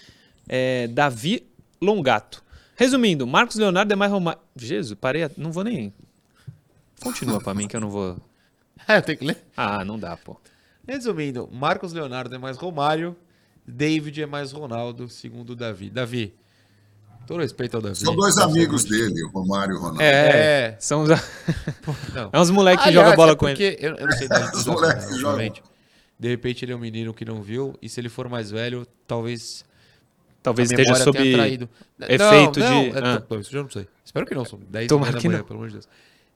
é Davi Longato. Resumindo, Marcos Leonardo é mais Romário. Jesus, parei, a... não vou nem. Continua pra mim que eu não vou. É, tem que ler. Ah, não dá, pô. Resumindo, Marcos Leonardo é mais Romário, David é mais Ronaldo, segundo o Davi. Davi, todo respeito ao Davi. São dois amigos dele, o Romário e o Ronaldo. É, É. são os. Não. É uns moleques que Aliás, jogam bola é com ele. porque, eu, eu não sei da Os moleques que jogam. obviamente. De repente ele é um menino que não viu, e se ele for mais velho, talvez Talvez a esteja memória sob tenha traído. efeito não, de. Não, é, Ah. não, isso eu já não sei. Espero que não, são dez Tomara da que manhã, não. pelo amor de Deus.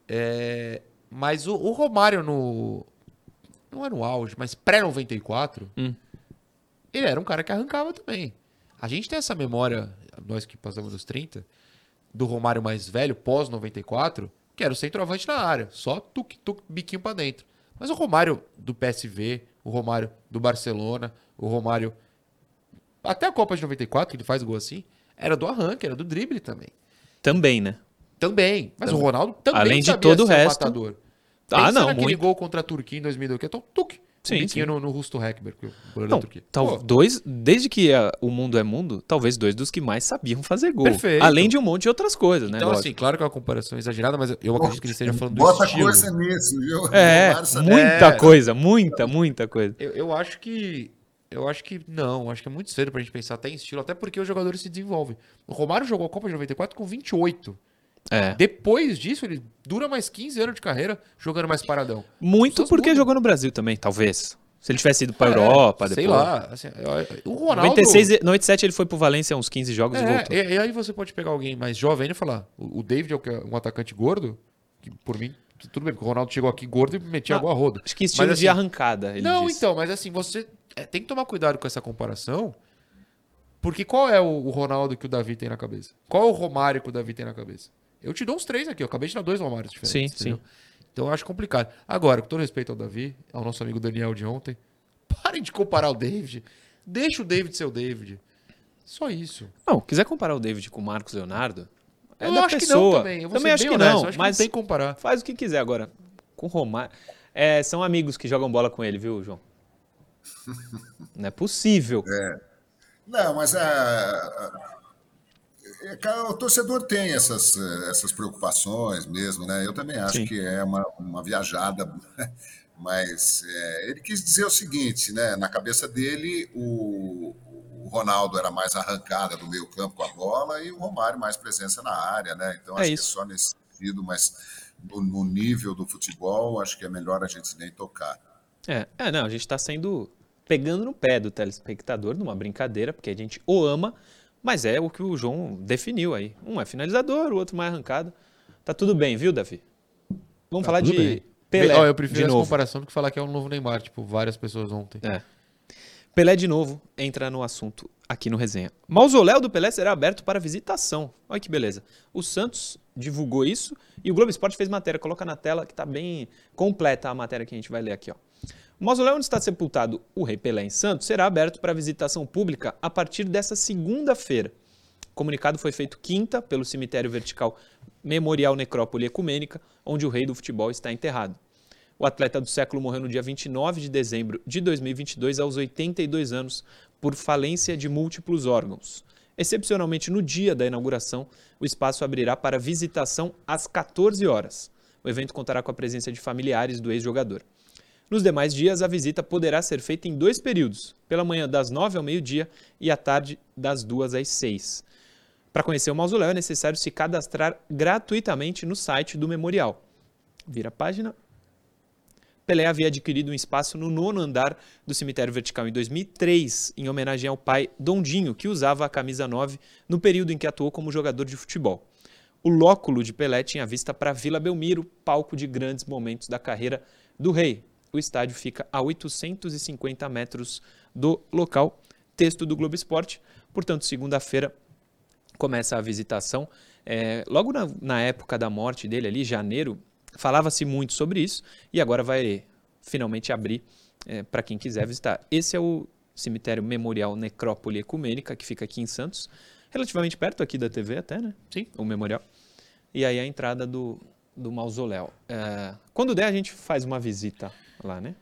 É, mas o, o Romário no... Não é no auge, mas pré noventa e quatro, Hum. ele era um cara que arrancava também. A gente tem essa memória, nós que passamos dos trinta, do Romário mais velho, pós noventa e quatro, que era o centroavante na área. Só tuc, tuc, biquinho pra dentro. Mas o Romário do P S V, o Romário do Barcelona, o Romário... Até a Copa de noventa e quatro, que ele faz gol assim, era do arranque, era do drible também. Também, né? Também. Mas Também. o Ronaldo também Além de sabia todo o ser um resto. matador. Ah, Pensa não, naquele muito. gol contra a Turquia em dois mil e dois, que é tão tuc. Sim, um biquinho sim. no, no Rusto Heckberg, o goleiro Não, da Turquia. tal, Pô, dois, desde que a- o mundo é mundo, talvez dois dos que mais sabiam fazer gol. Perfeito. Além de um monte de outras coisas, né? então, lógico. assim, claro que é uma comparação exagerada, mas eu acredito que ele esteja falando do Bota estilo. coisa nisso, viu? É, Romário sabe- muita É. coisa, muita, muita coisa. Eu, eu acho que. Eu acho que não, acho que é muito cedo pra gente pensar até em estilo, até porque os jogadores se desenvolvem. O Romário jogou a Copa de noventa e quatro com vinte e oito. É. Depois disso, ele dura mais quinze anos de carreira jogando mais paradão. Muito pessoas porque mudam. jogou no Brasil também, talvez. Se ele tivesse ido pra É, Europa sei depois. lá. Assim, eu- o Ronaldo. noventa e seis, no noventa e sete ele foi pro Valência uns quinze jogos e É, voltou. e, e aí você pode pegar alguém mais jovem e falar: o, o David é o que é um atacante gordo, que por mim, que tudo bem, porque o Ronaldo chegou aqui gordo e metia Ah, gol a roda. Acho que estilo Mas, de assim, arrancada, ele Não, disse. então, mas assim, você é, tem que tomar cuidado com essa comparação, porque qual é o, o Ronaldo que o Davi tem na cabeça? Qual é o Romário que o Davi tem na cabeça? Eu te dou uns três aqui, eu acabei de dar dois Romários diferentes. Sim, entendeu? Então eu acho complicado. Agora, com todo respeito ao Davi, ao nosso amigo Daniel de ontem, parem de comparar o David. Deixa o David ser o David. Só isso. Não, quiser comparar o David com o Marcos Leonardo, é eu da acho pessoa. que não também. Eu vou também ser acho bem que honesto, não, eu acho mas que não tem que comparar. faz o que quiser agora. Com o Romário. É, são amigos que jogam bola com ele, viu, João? Não é possível. Não, mas é, é, cara, o torcedor tem essas, essas preocupações mesmo, né? Eu também acho Sim. que é uma, uma viajada, mas é, ele quis dizer o seguinte, né? Na cabeça dele, o, o Ronaldo era mais arrancada do meio campo com a bola e o Romário mais presença na área, né? Então É acho isso. que é só nesse sentido, mas no, no nível do futebol, acho que é melhor a gente nem tocar. É, é, não, a gente tá sendo pegando no pé do telespectador numa brincadeira, porque a gente o ama, mas é o que o João definiu aí. Um é finalizador, o outro mais arrancado. Tá tudo bem, viu, Davi? Vamos falar tudo de bem. Pelé Ó, eu prefiro de essa novo. comparação do que falar que é um novo Neymar, tipo, várias pessoas ontem. É. Pelé de novo entra no assunto aqui no Resenha. Mausoléu do Pelé será aberto para visitação. Olha que beleza. O Santos divulgou isso e o Globo Esporte fez matéria. Coloca na tela que está bem completa a matéria que a gente vai ler aqui. Ó. O mausoléu onde está sepultado o Rei Pelé em Santos será aberto para visitação pública a partir dessa segunda-feira. O comunicado foi feito quinta pelo cemitério vertical Memorial Necrópole Ecumênica, onde o rei do futebol está enterrado. O atleta do século morreu no dia vinte e nove de dezembro de dois mil e vinte e dois, aos oitenta e dois anos, por falência de múltiplos órgãos. Excepcionalmente, no dia da inauguração, o espaço abrirá para visitação às quatorze horas. O evento contará com a presença de familiares do ex-jogador. Nos demais dias, a visita poderá ser feita em dois períodos, pela manhã das nove ao meio-dia e à tarde das duas às seis. Para conhecer o mausoléu é necessário se cadastrar gratuitamente no site do memorial. Vira a página. Pelé havia adquirido um espaço no nono andar do cemitério vertical em dois mil e três, em homenagem ao pai Dondinho, que usava a camisa nove no período em que atuou como jogador de futebol. O lóculo de Pelé tinha vista para Vila Belmiro, palco de grandes momentos da carreira do rei. O estádio fica a oitocentos e cinquenta metros do local. Texto do Globo Esporte. Portanto, segunda-feira começa a visitação. É, logo na, na época da morte dele, ali, janeiro, falava-se muito sobre isso e agora vai finalmente abrir é, para quem quiser visitar. Esse é o cemitério Memorial Necrópole Ecumênica, que fica aqui em Santos, relativamente perto aqui da T V até, né? Sim. O memorial. E aí a entrada do, do mausoléu. É, quando der, a gente faz uma visita lá, né?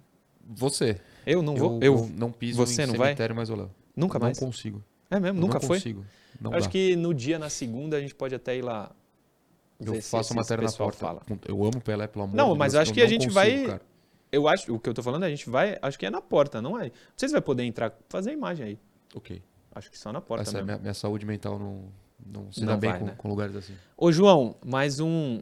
Você. Eu não vou. Eu, Eu, eu não piso você em não cemitério mausoléu. Nunca não mais? Não consigo. É mesmo? Eu Nunca não foi? Consigo. Não eu acho dá. que no dia, na segunda, a gente pode até ir lá. Eu faço a matéria na porta. Fala. Eu amo Pelé, pelo amor não, de Deus. Não, mas acho que a gente consigo, vai... Cara. Eu acho, o que eu tô falando, a gente vai... Acho que é na porta, não é? Não sei se vai poder entrar, fazer a imagem aí. Ok. Acho que só na porta Essa mesmo. Minha, minha saúde mental não, não se não dá bem vai, com, né? com lugares assim. Ô, João, mais um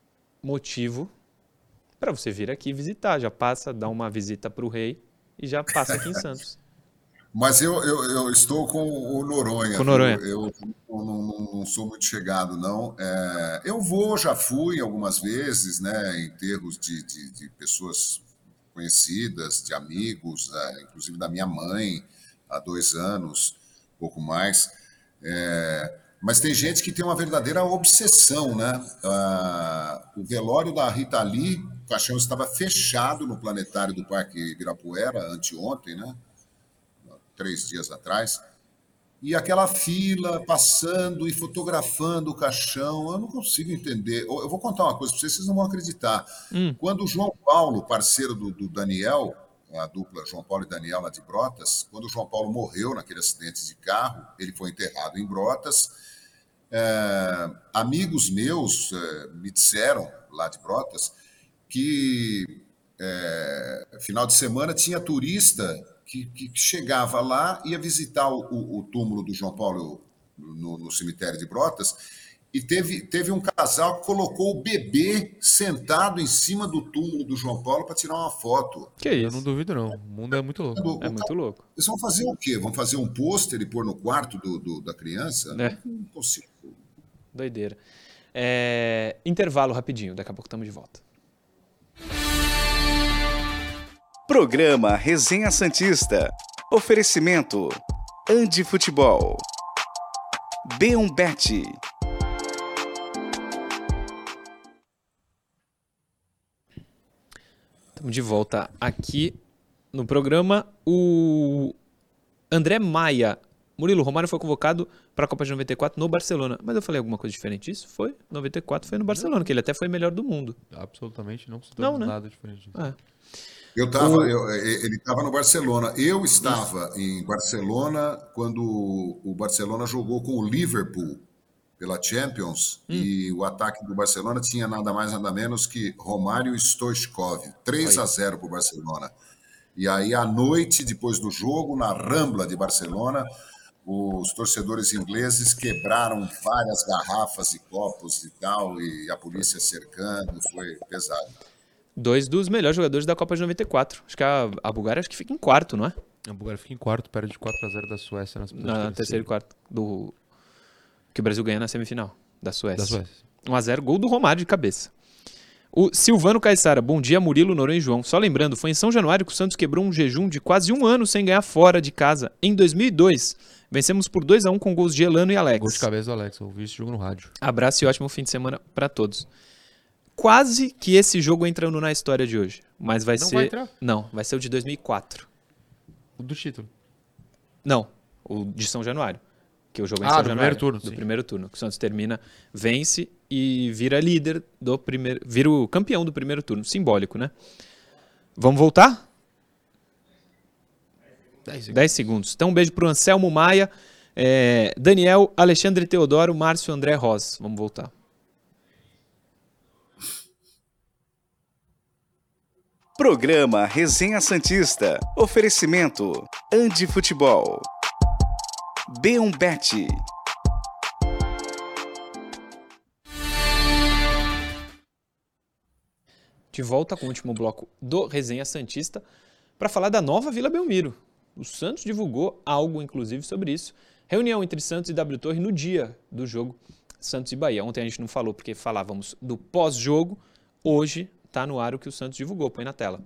motivo para você vir aqui visitar. Já passa, dá uma visita pro rei e já passa aqui em Santos. Mas eu, eu, eu estou com o Noronha. Com o Noronha. Eu, eu não, não, não sou muito chegado, não. É, eu vou, já fui algumas vezes, né, em enterros de, de, de pessoas conhecidas, de amigos, né, inclusive da minha mãe, há dois anos, pouco mais. É, mas tem gente que tem uma verdadeira obsessão, né? Ah, o velório da Rita Lee, o caixão estava fechado no planetário do Parque Ibirapuera, anteontem, né? Três dias atrás, e aquela fila passando e fotografando o caixão, eu não consigo entender. Eu vou contar uma coisa para vocês, vocês não vão acreditar. Hum. Quando o João Paulo, parceiro do, do Daniel, a dupla João Paulo e Daniel lá de Brotas, quando o João Paulo morreu naquele acidente de carro, ele foi enterrado em Brotas, é, amigos meus é, me disseram, lá de Brotas, que é, final de semana tinha turista Que, que chegava lá, ia visitar o, o, o túmulo do João Paulo no, no cemitério de Brotas, e teve, teve um casal que colocou o bebê sentado em cima do túmulo do João Paulo para tirar uma foto. Que isso? Eu não duvido, não. O mundo é muito louco. É muito louco. Eles vão fazer o quê? Vão fazer um pôster e pôr no quarto do, do, da criança? É. Não consigo. Doideira. É... Intervalo rapidinho, daqui a pouco estamos de volta. Programa Resenha Santista. Oferecimento Andi Futebol. B um Bet. Estamos de volta aqui no programa. O André Maia. Murilo, Romário foi convocado para a Copa de noventa e quatro no Barcelona. Mas eu falei alguma coisa diferente disso? Foi. noventa e quatro foi no Barcelona, que ele até foi melhor do mundo. Absolutamente não se não, né? nada diferente disso. É. Eu tava, o... eu, ele estava no Barcelona. Eu estava Isso. em Barcelona quando o Barcelona jogou com o Liverpool pela Champions hum. e o ataque do Barcelona tinha nada mais nada menos que Romário e Stoichkov. três a zero para o Barcelona. E aí, à noite, depois do jogo, na Rambla de Barcelona, os torcedores ingleses quebraram várias garrafas e copos e tal, e a polícia cercando, foi pesado. Dois dos melhores jogadores da Copa de noventa e quatro. Acho que a, a Bulgária acho que fica em quarto, não é? A Bulgária fica em quarto, perde de quatro a zero da Suécia nas Na terceiro e quarto. Do... Que o Brasil ganha na semifinal da Suécia. Da Suécia. um a zero, gol do Romário de cabeça. O Silvano Caissara, bom dia, Murilo, Noronha e João. Só lembrando, foi em São Januário que o Santos quebrou um jejum de quase um ano sem ganhar fora de casa. Em dois mil e dois, vencemos por dois a um com gols de Elano e Alex. Gol de cabeça do Alex, eu ouvi esse jogo no rádio. Abraço e ótimo fim de semana para todos. Quase que esse jogo entrando na história de hoje. Mas vai não ser... Vai entrar? Não, vai ser o de dois mil e quatro. O do título? Não, o de São Januário. Que o jogo é em ah, São do Januário. Primeiro turno, do sim. primeiro turno. Que o Santos termina, vence e vira líder do primeiro... Vira o campeão do primeiro turno. Simbólico, né? Vamos voltar? dez segundos. Então um beijo pro Anselmo Maia, é, Daniel, Alexandre Teodoro, Márcio, André Rosa. Vamos voltar. Programa Resenha Santista. Oferecimento Andi Futebol. B um Bet. De volta com o último bloco do Resenha Santista para falar da nova Vila Belmiro. O Santos divulgou algo, inclusive, sobre isso. Reunião entre Santos e W Torre no dia do jogo Santos e Bahia. Ontem a gente não falou porque falávamos do pós-jogo. Hoje está no ar o que o Santos divulgou. Põe na tela.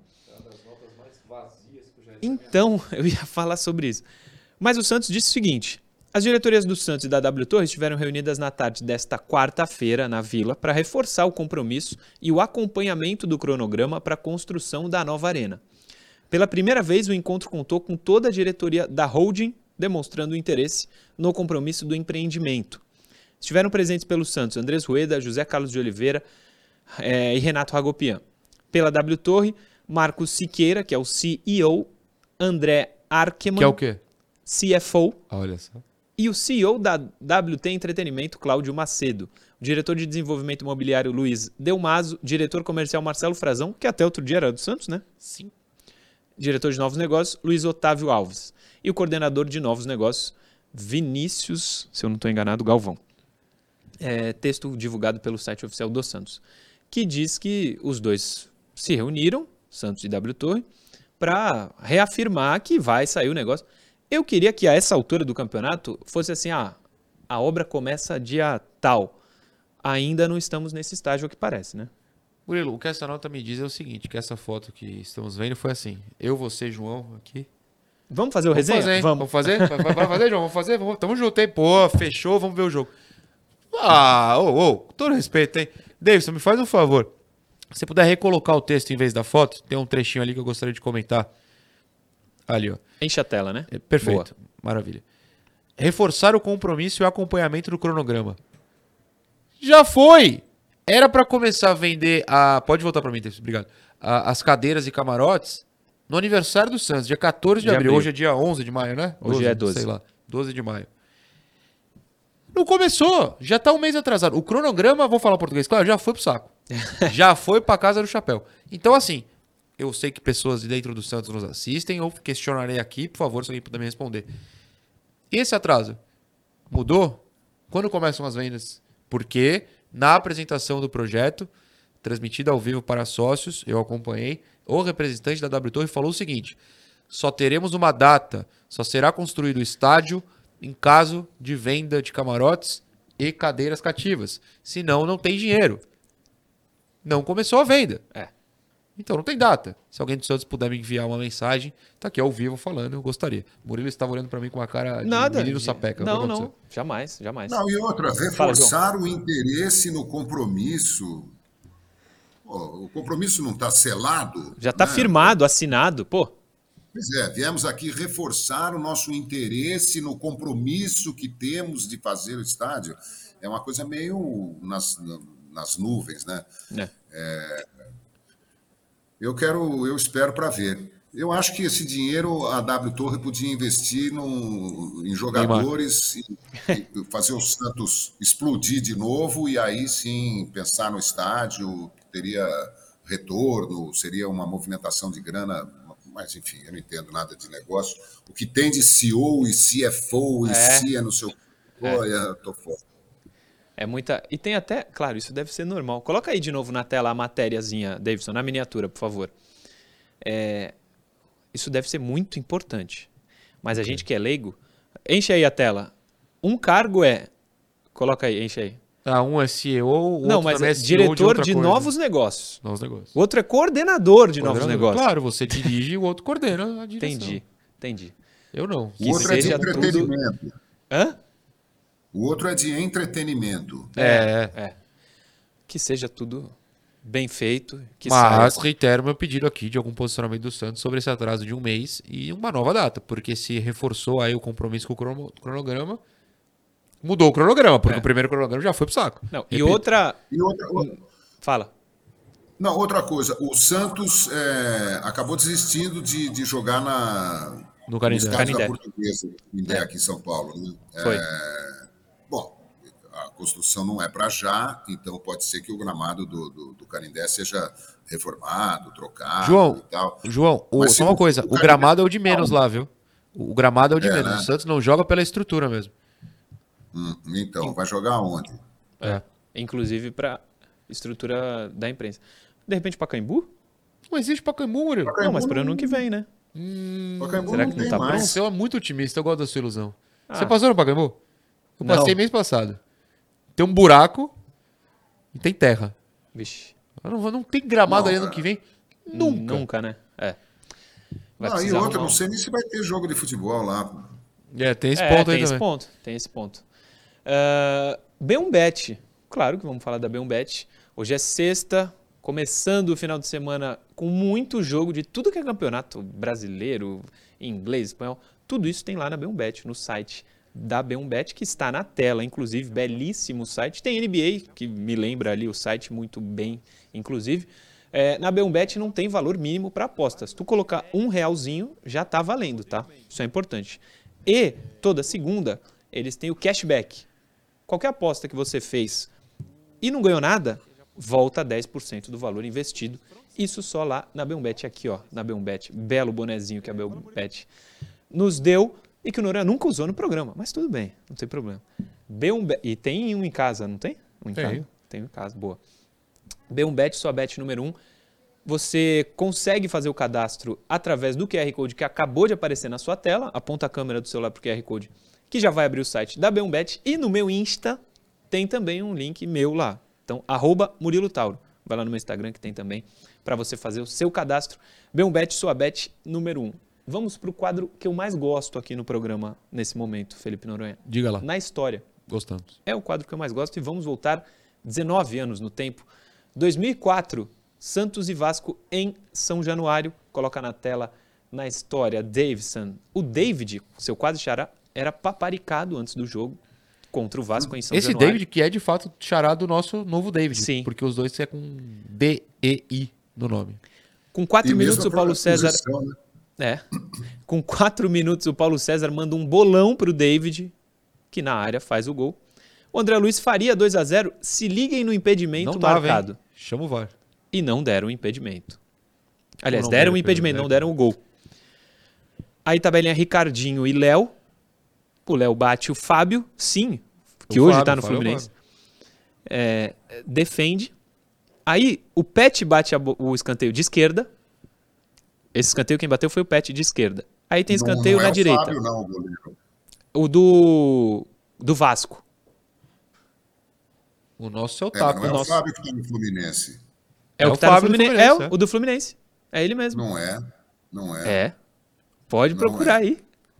Então, eu ia falar sobre isso. Mas o Santos disse o seguinte: as diretorias do Santos e da W Torre estiveram reunidas na tarde desta quarta-feira na Vila para reforçar o compromisso e o acompanhamento do cronograma para a construção da nova arena. Pela primeira vez, o encontro contou com toda a diretoria da holding demonstrando interesse no compromisso do empreendimento. Estiveram presentes pelo Santos Andrés Rueda, José Carlos de Oliveira é, e Renato Ragopian. Pela W Torre, Marcos Siqueira, que é o C E O, André Arkeman, Que é o quê? C F O, Olha só. e o C E O da W T Entretenimento, Cláudio Macedo. O diretor de desenvolvimento imobiliário, Luiz Delmaso. Diretor comercial, Marcelo Frazão, que até outro dia era do Santos, né? Sim. Diretor de novos negócios, Luiz Otávio Alves. E o coordenador de novos negócios, Vinícius, se eu não estou enganado, Galvão. É, texto divulgado pelo site oficial do Santos, que diz que os dois se reuniram, Santos e W Torre, para reafirmar que vai sair o negócio. Eu queria que a essa altura do campeonato fosse assim, ah, a obra começa dia tal. Ainda não estamos nesse estágio, ao que parece, né? Murilo, o que essa nota me diz é o seguinte, que essa foto que estamos vendo foi assim, eu, você, João, aqui. Vamos fazer o Vamos resenha? fazer, hein? Vamos. Vamos fazer? Vai, vai- vai fazer, João? Vamos fazer? Vamos, tamo junto, hein? Pô, fechou, vamos ver o jogo. Ah, ô, ô, com todo respeito, hein? Davidson, me faz um favor. Se você puder recolocar o texto em vez da foto, tem um trechinho ali que eu gostaria de comentar. Ali, ó. Enche a tela, né? É, perfeito, maravilha. Reforçar o compromisso e o acompanhamento do cronograma. Já foi! Era pra começar a vender a... Pode voltar pra mim, Davidson, obrigado. A- as cadeiras e camarotes no aniversário do Santos, dia quatorze de, De abril. abril. Hoje é dia onze de maio, né? Hoje é doze. Sei lá, doze de maio. Não começou, já tá um mês atrasado. O cronograma, vou falar português, claro, já foi pro saco. Já foi pra casa do chapéu. Então, assim, eu sei que pessoas de dentro do Santos nos assistem, eu questionarei aqui, por favor, se alguém puder me responder. Esse atraso mudou? Quando começam as vendas? Porque na apresentação do projeto, transmitida ao vivo para sócios, eu acompanhei, o representante da W Torre falou o seguinte: só teremos uma data, só será construído o estádio em caso de venda de camarotes e cadeiras cativas. Senão, não tem dinheiro. Não começou a venda. É. Então não tem data. Se alguém do Santos puder me enviar uma mensagem, tá aqui ao vivo falando, eu gostaria. Murilo estava olhando para mim com uma cara de Nada. menino sapeca. O que Não, aconteceu? não. Jamais, jamais. Não, e outra, Fala, reforçar o interesse no compromisso. Pô, o compromisso não está selado. Já tá né? firmado, assinado. Pô, Pois é, viemos aqui reforçar o nosso interesse no compromisso que temos de fazer o estádio. É uma coisa meio nas, nas nuvens, né? né? Eu quero, eu espero para ver. Eu acho que esse dinheiro a W Torre podia investir no, em jogadores, e, e fazer o Santos explodir de novo e aí sim pensar no estádio, teria retorno, seria uma movimentação de grana, mas enfim, eu não entendo nada de negócio. O que tem de C E O e C F O e É. C é no seu... Olha, tô fora. É muita. E tem até. Claro, isso deve ser normal. Coloca aí de novo na tela a matériazinha, Davidson, na miniatura, por favor. É, isso deve ser muito importante. Mas a gente que é leigo. Enche aí a tela. Um cargo é. Coloca aí, enche aí. Ah, um é C E O, o outro Não, mas também é é C E O diretor outra de coisa. novos negócios. Novos negócios. O outro é coordenador de novos Coordenador. negócios. Claro, você dirige e o outro coordena a direção. Entendi, entendi. Eu não. O outro é de seja tudo- entretenimento. Hã? O outro é de entretenimento. É, É. Que seja tudo bem feito. Que mas saia. reitero meu pedido aqui de algum posicionamento do Santos sobre esse atraso de um mês e uma nova data, porque se reforçou aí o compromisso com o crono- cronograma, mudou o cronograma, porque É. o primeiro cronograma já foi pro saco. Não, e Repito. outra. E outra, Fala. não, outra coisa, o Santos é, acabou desistindo de, de jogar na, No Canindé. estádio da Canindé. Portuguesa, Canindé, É. aqui em São Paulo. Né? Foi. É, bom, a construção não é para já, então pode ser que o gramado do, do, do Canindé seja reformado, trocado João, e tal. João, o, Mas só se uma o- coisa, o o Canindé- gramado é o de menos lá, viu? O gramado é o de É, menos. né? O Santos não joga pela estrutura mesmo. Hum, então, vai jogar onde? É. Inclusive para estrutura da imprensa. De repente, Pacaembu? Não existe Pacaembu, Murilo. Não, mas para ano que vem, né? Pacaembu será não que não tem tá mais. Você é muito otimista, eu gosto da sua ilusão. Ah. Você passou no Pacaembu? Eu Não. passei mês passado. Tem um buraco e tem terra. Vixe. Não, não tem gramado Não, ali ano cara. que vem? Nunca. Nunca, né? É. Vai Não, e precisar outra, arrumar não um- sei nem se vai ter jogo de futebol lá. É, tem esse é, ponto tem aí esse também. ponto, tem esse ponto. Uh, B um Bet, claro que vamos falar da B um Bet. Hoje é sexta, começando o final de semana com muito jogo de tudo que é campeonato brasileiro, inglês, espanhol. Tudo isso tem lá na B um Bet, no site da B um Bet, que está na tela, inclusive, belíssimo site. Tem N B A, que me lembra ali o site muito bem, inclusive. É, na B um Bet não tem valor mínimo para apostas. Se tu colocar um realzinho, já tá valendo, tá? Isso é importante. E toda segunda eles têm o cashback. Qualquer aposta que você fez e não ganhou nada, volta dez por cento do valor investido. Isso só lá na B um Bet, aqui ó, na B um Bet. Belo bonezinho que a B um Bet nos deu e que o Noronha nunca usou no programa. Mas tudo bem, não tem problema. B um Bet, e tem um em casa, não tem? Um em Tem. casa? Tem um em casa, boa. B um Bet, sua bet número um. Você consegue fazer o cadastro através do Q R Code que acabou de aparecer na sua tela. Aponta a câmera do celular para o Q R Code, que já vai abrir o site da B um Bet. E no meu Insta tem também um link meu lá. Então, arroba Murilo Tauro. Vai lá no meu Instagram que tem também para você fazer o seu cadastro. B um Bet, sua bet número um. Vamos para o quadro que eu mais gosto aqui no programa nesse momento, Felipe Noronha. Diga lá. Na história. Gostamos. É o quadro que eu mais gosto e vamos voltar dezenove anos no tempo. dois mil e quatro, Santos e Vasco em São Januário. Coloca na tela, na história, Davidson. O David, seu quase xará, era paparicado antes do jogo contra o Vasco em São Esse Januário. David que é de fato xará do nosso novo David. Sim. Porque os dois é com D E I no nome. Com quatro E minutos mesmo o Paulo a César... posição, né? É. Com quatro minutos o Paulo César manda um bolão pro David, que na área faz o gol. O André Luiz faria dois a zero. Se liguem no impedimento Não tava, marcado. hein? Chama o V A R. E não deram o impedimento. Aliás, não deram deram o impedimento, deram. não deram o gol. Aí tabelinha Ricardinho e Léo. O Léo bate o Fábio, sim, que O hoje Fábio, está no Fábio é o Fluminense. É, defende. Aí o Pet bate a bo- o escanteio de esquerda. Esse escanteio quem bateu foi o Pet de esquerda. Aí tem Não- escanteio não é na o direita. Fábio, não, o goleiro. O do, do Vasco. O nosso é o É, mas Taco. não é nosso. o Fábio que está no Fluminense. É, É o o que tá no Fábio do Fluminense. É, Fluminense, o, o do Fluminense. É ele mesmo. Não é, não é. É. Pode Não procurar é. aí.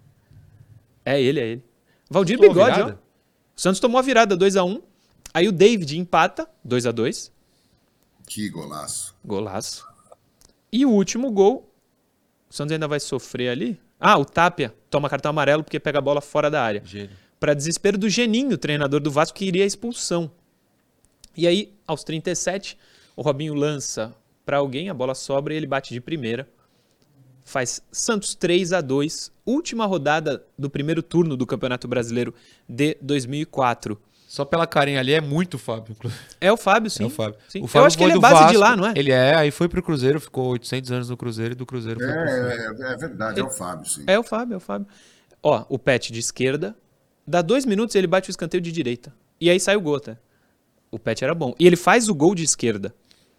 É ele, é ele. Valdir Tomou a Bigode, ó. virada? O Santos tomou a virada dois a um. Aí o David empata dois a dois. Que golaço. Golaço. E o último gol, o Santos ainda vai sofrer ali. Ah, o Tapia toma cartão amarelo porque pega a bola fora da área. Gênio. Para desespero do Geninho, treinador do Vasco, que iria a expulsão. E aí, aos trinta e sete, o Robinho lança para alguém, a bola sobra e ele bate de primeira. Faz Santos três a dois, última rodada do primeiro turno do Campeonato Brasileiro de dois mil e quatro. Só pela carinha ali é muito Fábio. inclusive. É o Fábio, sim. É o Fábio. Sim. O Fábio Eu acho que foi ele é do base Vasco, de lá, não é? Ele é, aí foi pro Cruzeiro, ficou oitocentos anos no Cruzeiro e do Cruzeiro foi pro É, é, é verdade, é o Fábio, sim. É o Fábio, é o Fábio. Ó, o Pet de esquerda. Dá dois minutos e ele bate o escanteio de direita. E aí sai o gol, tá? O Pet era bom. E ele faz o gol de esquerda.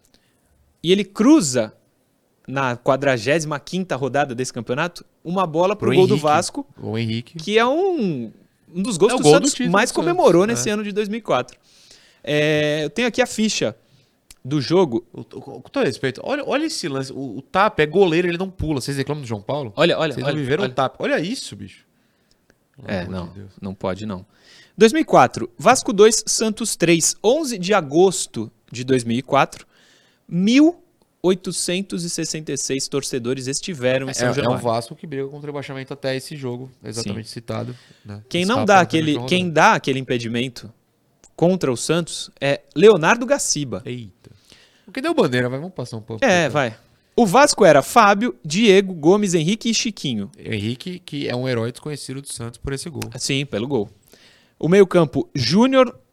E ele cruza, na quadragésima quinta rodada desse campeonato, uma bola pro, Pro gol do Henrique. Vasco, O Henrique. que é um, um dos gols É o que o gol do Santos título mais do Santos, comemorou é. nesse ano de dois mil e quatro. É, eu tenho aqui a ficha do jogo. O- o- Com todo respeito, olha, olha esse lance. O, o Tap é goleiro, ele não pula. Vocês reclamam do João Paulo? Olha, olha, Vocês olha. não viveram olha. o Tap. Olha isso, bicho. Pelo É, amor não, de Deus. não pode não. dois mil e quatro, Vasco dois, Santos três, onze de agosto de dois mil e quatro, mil oitocentos e sessenta e seis torcedores estiveram em São É, é Januário. um Vasco que briga contra o rebaixamento até esse jogo, exatamente citado. Né? Quem não Escapa dá na aquele, penúltima quem rodada. dá aquele impedimento contra o Santos é Leonardo Gaciba. Eita. O que deu bandeira, vai, vamos passar um pouco. É, vai. O Vasco era Fábio, Diego, Gomes, Henrique e Chiquinho. Henrique, que é um herói desconhecido do Santos por esse gol. Sim, pelo gol. O meio-campo, Júnior,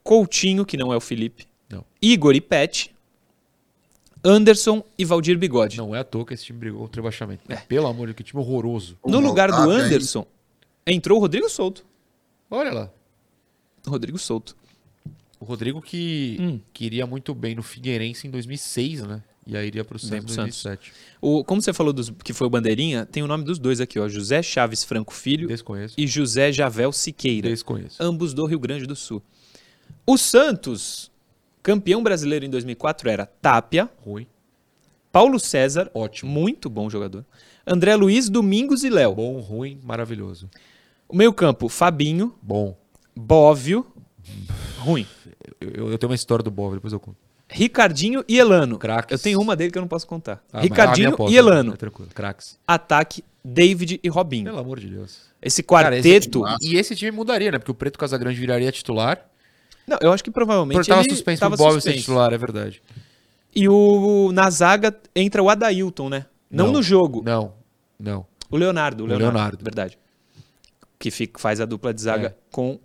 Coutinho, que não é o Felipe. Não. Igor e Pet. Anderson e Valdir Bigode. Não é à toa que esse time brigou contra o rebaixamento. É. Pelo amor de Deus, que time horroroso. No lugar do Anderson, entrou o Rodrigo Souto. Olha lá. Rodrigo Souto. O Rodrigo que Hum. queria muito bem no Figueirense em dois mil e seis, né? E aí iria pro Vem Santos pro em dois mil e sete. O, como você falou dos, que foi o Bandeirinha, tem o nome dos dois aqui, ó. José Chaves Franco Filho Desconheço. e José Javel Siqueira. Desconheço. Ambos do Rio Grande do Sul. O Santos, campeão brasileiro em dois mil e quatro, era Tapia, Ruim. Paulo César, Ótimo. muito bom jogador, André Luiz, Domingos e Léo. Bom, ruim, maravilhoso. O meio campo, Fabinho, Bom. Bóvio, ruim. Eu, eu tenho uma história do Bob, depois eu conto. Ricardinho e Elano. Craques. Eu tenho uma dele que eu não posso contar. Ah, mas- Ricardinho ah, minha aposta, e Elano. É tranquilo. Craques. Ataque, David e Robinho. Pelo amor de Deus. Esse Cara, esse- quarteto... e esse time mudaria, né? Porque o Preto Casagrande viraria titular. Não, eu acho que provavelmente Porque tava ele suspenso tava pro Bob ser suspenso. titular, é verdade. E o, na zaga entra o Adailton, né? Não, Não. no jogo. Não, não. O Leonardo. O O Leonardo, Leonardo. verdade. Que fica, faz a dupla de zaga É. com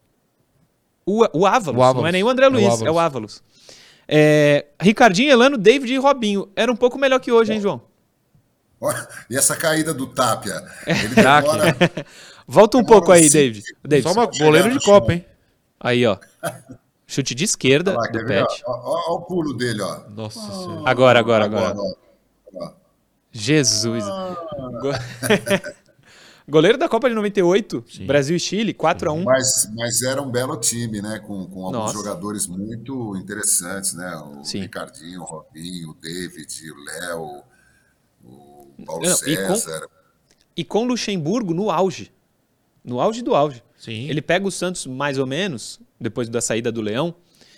o, o Ávalos. O Ávalos. Não é nem o André É o Luiz, é Ávalos. o Ávalos. É, Ricardinho, Elano, David e Robinho. Era um pouco melhor que hoje, hein, João? Olha, e essa caída do Tapia? Ele Craque. demora... Volta um Demora pouco aí, uns David. David. Só uma chegar goleiro no de Copa, chão. hein? Aí, ó. Chute de esquerda Olha lá, do quer ver? Pet. Ó, ó, ó o pulo dele, ó. Nossa senhora. Agora, agora, agora. ó. Ó. Jesus. Go- Goleiro da Copa de noventa e oito, Sim. Brasil e Chile, quatro a um. Mas, mas era um belo time, né? Com, com alguns Nossa. jogadores muito interessantes, né? O Sim. Ricardinho, o Robinho, o David, o Léo, o Paulo Não, e com- César. E com Luxemburgo no auge. No auge do auge. Sim. Ele pega o Santos mais ou menos, depois da saída do Leão,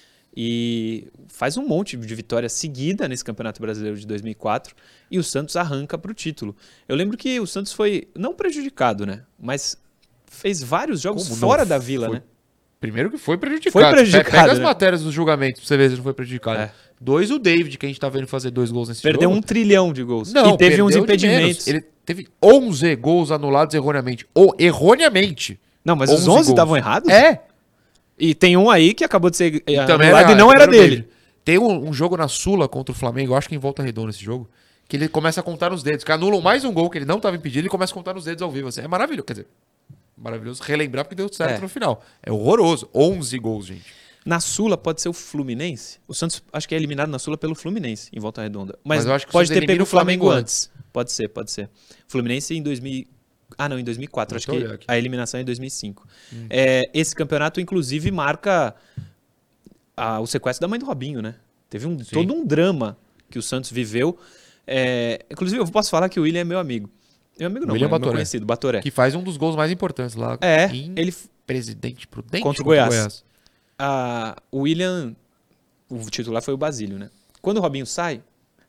e faz um monte de vitória seguida nesse Campeonato Brasileiro de dois mil e quatro, e o Santos arranca para o título. Eu lembro que o Santos foi, não prejudicado, né? Mas fez vários jogos Como não? fora da Vila, Foi- né? Primeiro que foi prejudicado. Foi prejudicado, Pe- Pega as né? matérias dos julgamentos pra você ver se não foi prejudicado. É. Dois, o David, que a gente tá vendo fazer dois gols nesse Perdeu jogo. um trilhão de gols. Não, e teve uns perdeu de impedimentos. menos. Ele teve onze gols anulados erroneamente. Ou erroneamente. Não, mas os onze onze gols. estavam errados? É. E tem um aí que acabou de ser eh, Também anulado era- e não era o dele. David. Tem um, um jogo na Sula contra o Flamengo, eu acho que em Volta Redonda esse jogo, que ele começa a contar nos dedos. Que anulam mais um gol que ele não estava impedido, ele começa a contar nos dedos ao vivo. Assim. É maravilhoso. Quer dizer, maravilhoso relembrar porque deu certo É. no final. É horroroso. onze gols, gente. Na Sula pode ser o Fluminense. O Santos acho que é eliminado na Sula pelo Fluminense, em Volta Redonda. Mas, Mas eu acho que o pode Santos ter elimina pego o o Flamengo Flamengo antes. Pode ser, pode ser. Fluminense em dois mil. Ah, não, em dois mil e quatro. Acho Deixa eu que olhar aqui. a eliminação é em dois mil e cinco. É, esse campeonato, inclusive, marca a- o sequestro da mãe do Robinho, né? Teve um, todo um drama que o Santos viveu. É, inclusive, eu posso falar que o William é meu amigo. Meu amigo não, William é meu Batoré. conhecido, Batoré. Que faz um dos gols mais importantes lá. É, em ele Presidente Prudente Contra o Goiás. a, o William, o titular foi o Basílio, né? Quando o Robinho sai,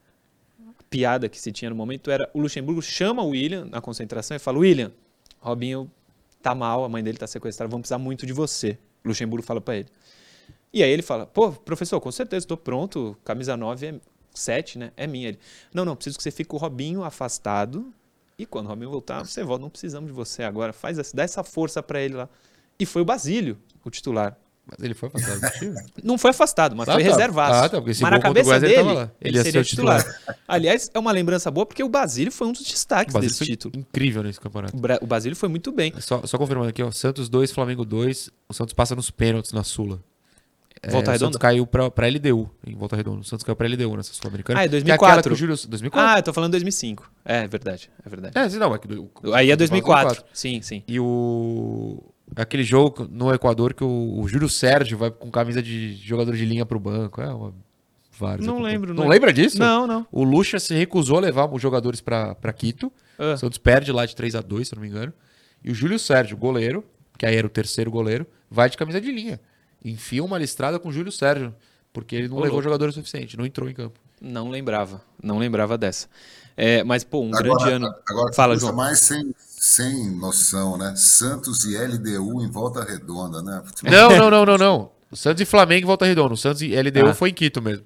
a piada que se tinha no momento era o Luxemburgo chama o William na concentração e fala: William, Robinho tá mal, a mãe dele tá sequestrada, vamos precisar muito de você. O Luxemburgo fala pra ele. E aí ele fala: pô, professor, com certeza, tô pronto, camisa nove é sete, né? É minha. Ele: não, não, preciso que você fique com o Robinho afastado e quando o Robinho voltar, você volta, não precisamos de você agora, faz essa, dá essa força pra ele lá. E foi o Basílio, o titular. Mas ele foi afastado do time? Não foi afastado, mas Ah, foi tá. reservado. Ah, tá, porque esse Mas gol na contra o cabeça Goiás, ele dele, tava lá. ele, Ele ia seria ser o titular. titular. Aliás, é uma lembrança boa porque o Basílio foi um dos destaques O Basílio desse foi título. incrível nesse campeonato. O Bra- O Basílio foi muito bem. Só, só confirmando aqui, ó. Santos dois, Flamengo dois. O Santos passa nos pênaltis na Sula. É, Volta o Redonda? Santos caiu pra, pra L D U em Volta Redonda. O Santos caiu pra L D U nessa Sul-Americana. Ah, é Que dois mil e aquela quatro. que o Júlio... dois mil e quatro? Ah, eu tô falando dois mil e cinco. É verdade, é verdade. É, sim, não, é que do, Aí é dois mil e quatro. Sim, sim. E o... Aquele jogo no Equador que o, o Júlio Sérgio vai com camisa de jogador de linha pro banco. É uma... Vários Não acontecem. lembro. Não lembra disso? Não, não. O Lucha se recusou a levar os jogadores pra, pra Quito. Ah. O Santos perde lá de três a dois, se não me engano. E o Júlio Sérgio, goleiro, que aí era o terceiro goleiro, vai de camisa de linha. Enfia uma listrada com o Júlio Sérgio, porque ele não Ô, levou louco. jogador o suficiente, não entrou em campo. Não lembrava. Não lembrava dessa. É, mas, pô, um Agora, grande ano. agora Fala, coisa João. mais sem, sem noção, né? Santos e L D U em Volta Redonda, né? Não, não, não, não, não. O Santos e Flamengo em Volta Redonda. O Santos e L D U Ah. foi em Quito mesmo.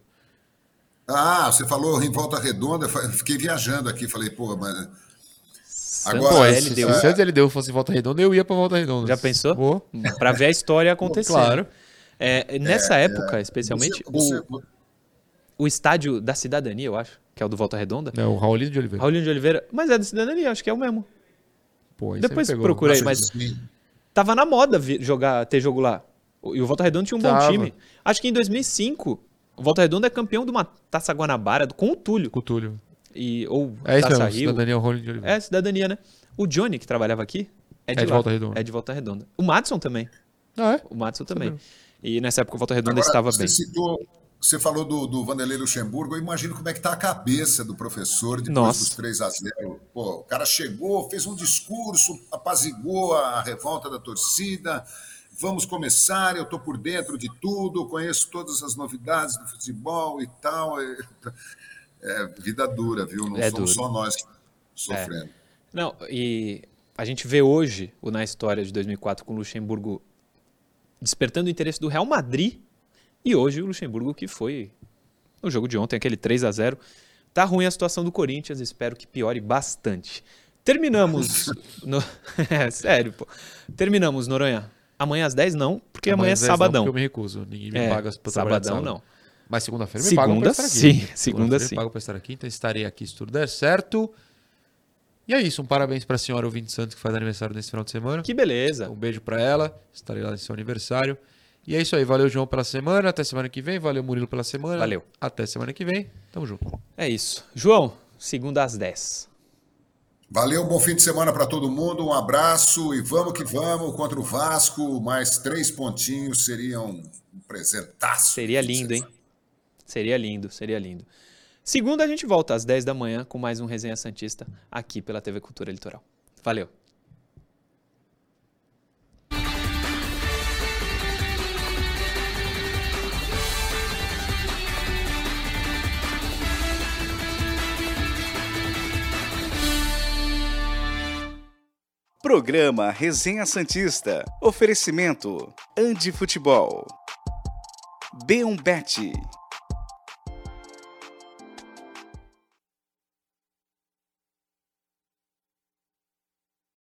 Ah, você falou em Volta Redonda, eu fa- fiquei viajando aqui, falei, pô, mas... Santos Agora, Pô, L se D se U. o Santos e L D U fosse em Volta Redonda, eu ia pra Volta Redonda. Já pensou? Vou. Pra ver a história acontecer. Claro. É, nessa É, época, é, especialmente, você- o, você- o estádio da Cidadania, eu acho, que é o do Volta Redonda. É o Raulino de Oliveira. Raulinho de Oliveira, mas é da Cidadania, acho que é o mesmo. Pô, aí Depois você me pegou. procura aí, Nossa, mas sim. tava na moda vi- jogar, ter jogo lá. E o Volta Redonda tinha um bom Tava. time. Acho que em dois mil e cinco, o Volta Redonda é campeão de uma Taça Guanabara com o Túlio. Com o Túlio. E, ou É isso Taça mesmo, Rio. Cidadania Raulino de Oliveira. É, Cidadania, né? O Johnny, que trabalhava aqui, é de, É de lá. Volta Redonda. É de Volta Redonda. O Madison também. Ah, é? O Madison também. Sabia. E nessa época o Volta Redonda Agora, estava você bem. citou, você falou do, do Vanderlei Luxemburgo, eu imagino como é que tá a cabeça do professor depois Nossa. dos três a zero. Pô, o cara chegou, fez um discurso, apaziguou a revolta da torcida. Vamos começar, eu estou por dentro de tudo, conheço todas as novidades do futebol e tal. É, é vida dura, viu? Não É somos duro. só nós sofrendo. Não, e a gente vê hoje, o Na História de dois mil e quatro, com o Luxemburgo despertando o interesse do Real Madrid, e hoje o Luxemburgo que foi no jogo de ontem, aquele três a zero. Tá ruim a situação do Corinthians, espero que piore bastante. Terminamos... no... é, sério, pô. Terminamos, Noronha. Amanhã às dez não, porque amanhã, às é dez não, sabadão. porque eu me recuso. Ninguém me É, paga pra trabalhar de sabadão sábado. não. Mas segunda-feira me Segunda, pagam pra estar aqui. sim. Segunda, Segunda-feira sim. me pagam pra estar aqui, então estarei aqui se tudo der certo. E é isso, um parabéns pra senhora ouvinte Santos que faz aniversário nesse final de semana. Que beleza. Um beijo pra ela, estarei lá no seu aniversário. E é isso aí, valeu João pela semana, até semana que vem, valeu Murilo pela semana. Valeu. Até semana que vem, tamo junto. É isso. João, segunda às dez. Valeu, bom fim de semana para todo mundo, um abraço e vamos que vamos contra o Vasco. Mais três pontinhos seriam um presentaço. Seria lindo, hein? Seria lindo, seria lindo. Segunda a gente volta às dez da manhã com mais um Resenha Santista aqui pela T V Cultura Litoral. Valeu. Programa Resenha Santista. Oferecimento Andi Futebol. B um Bet.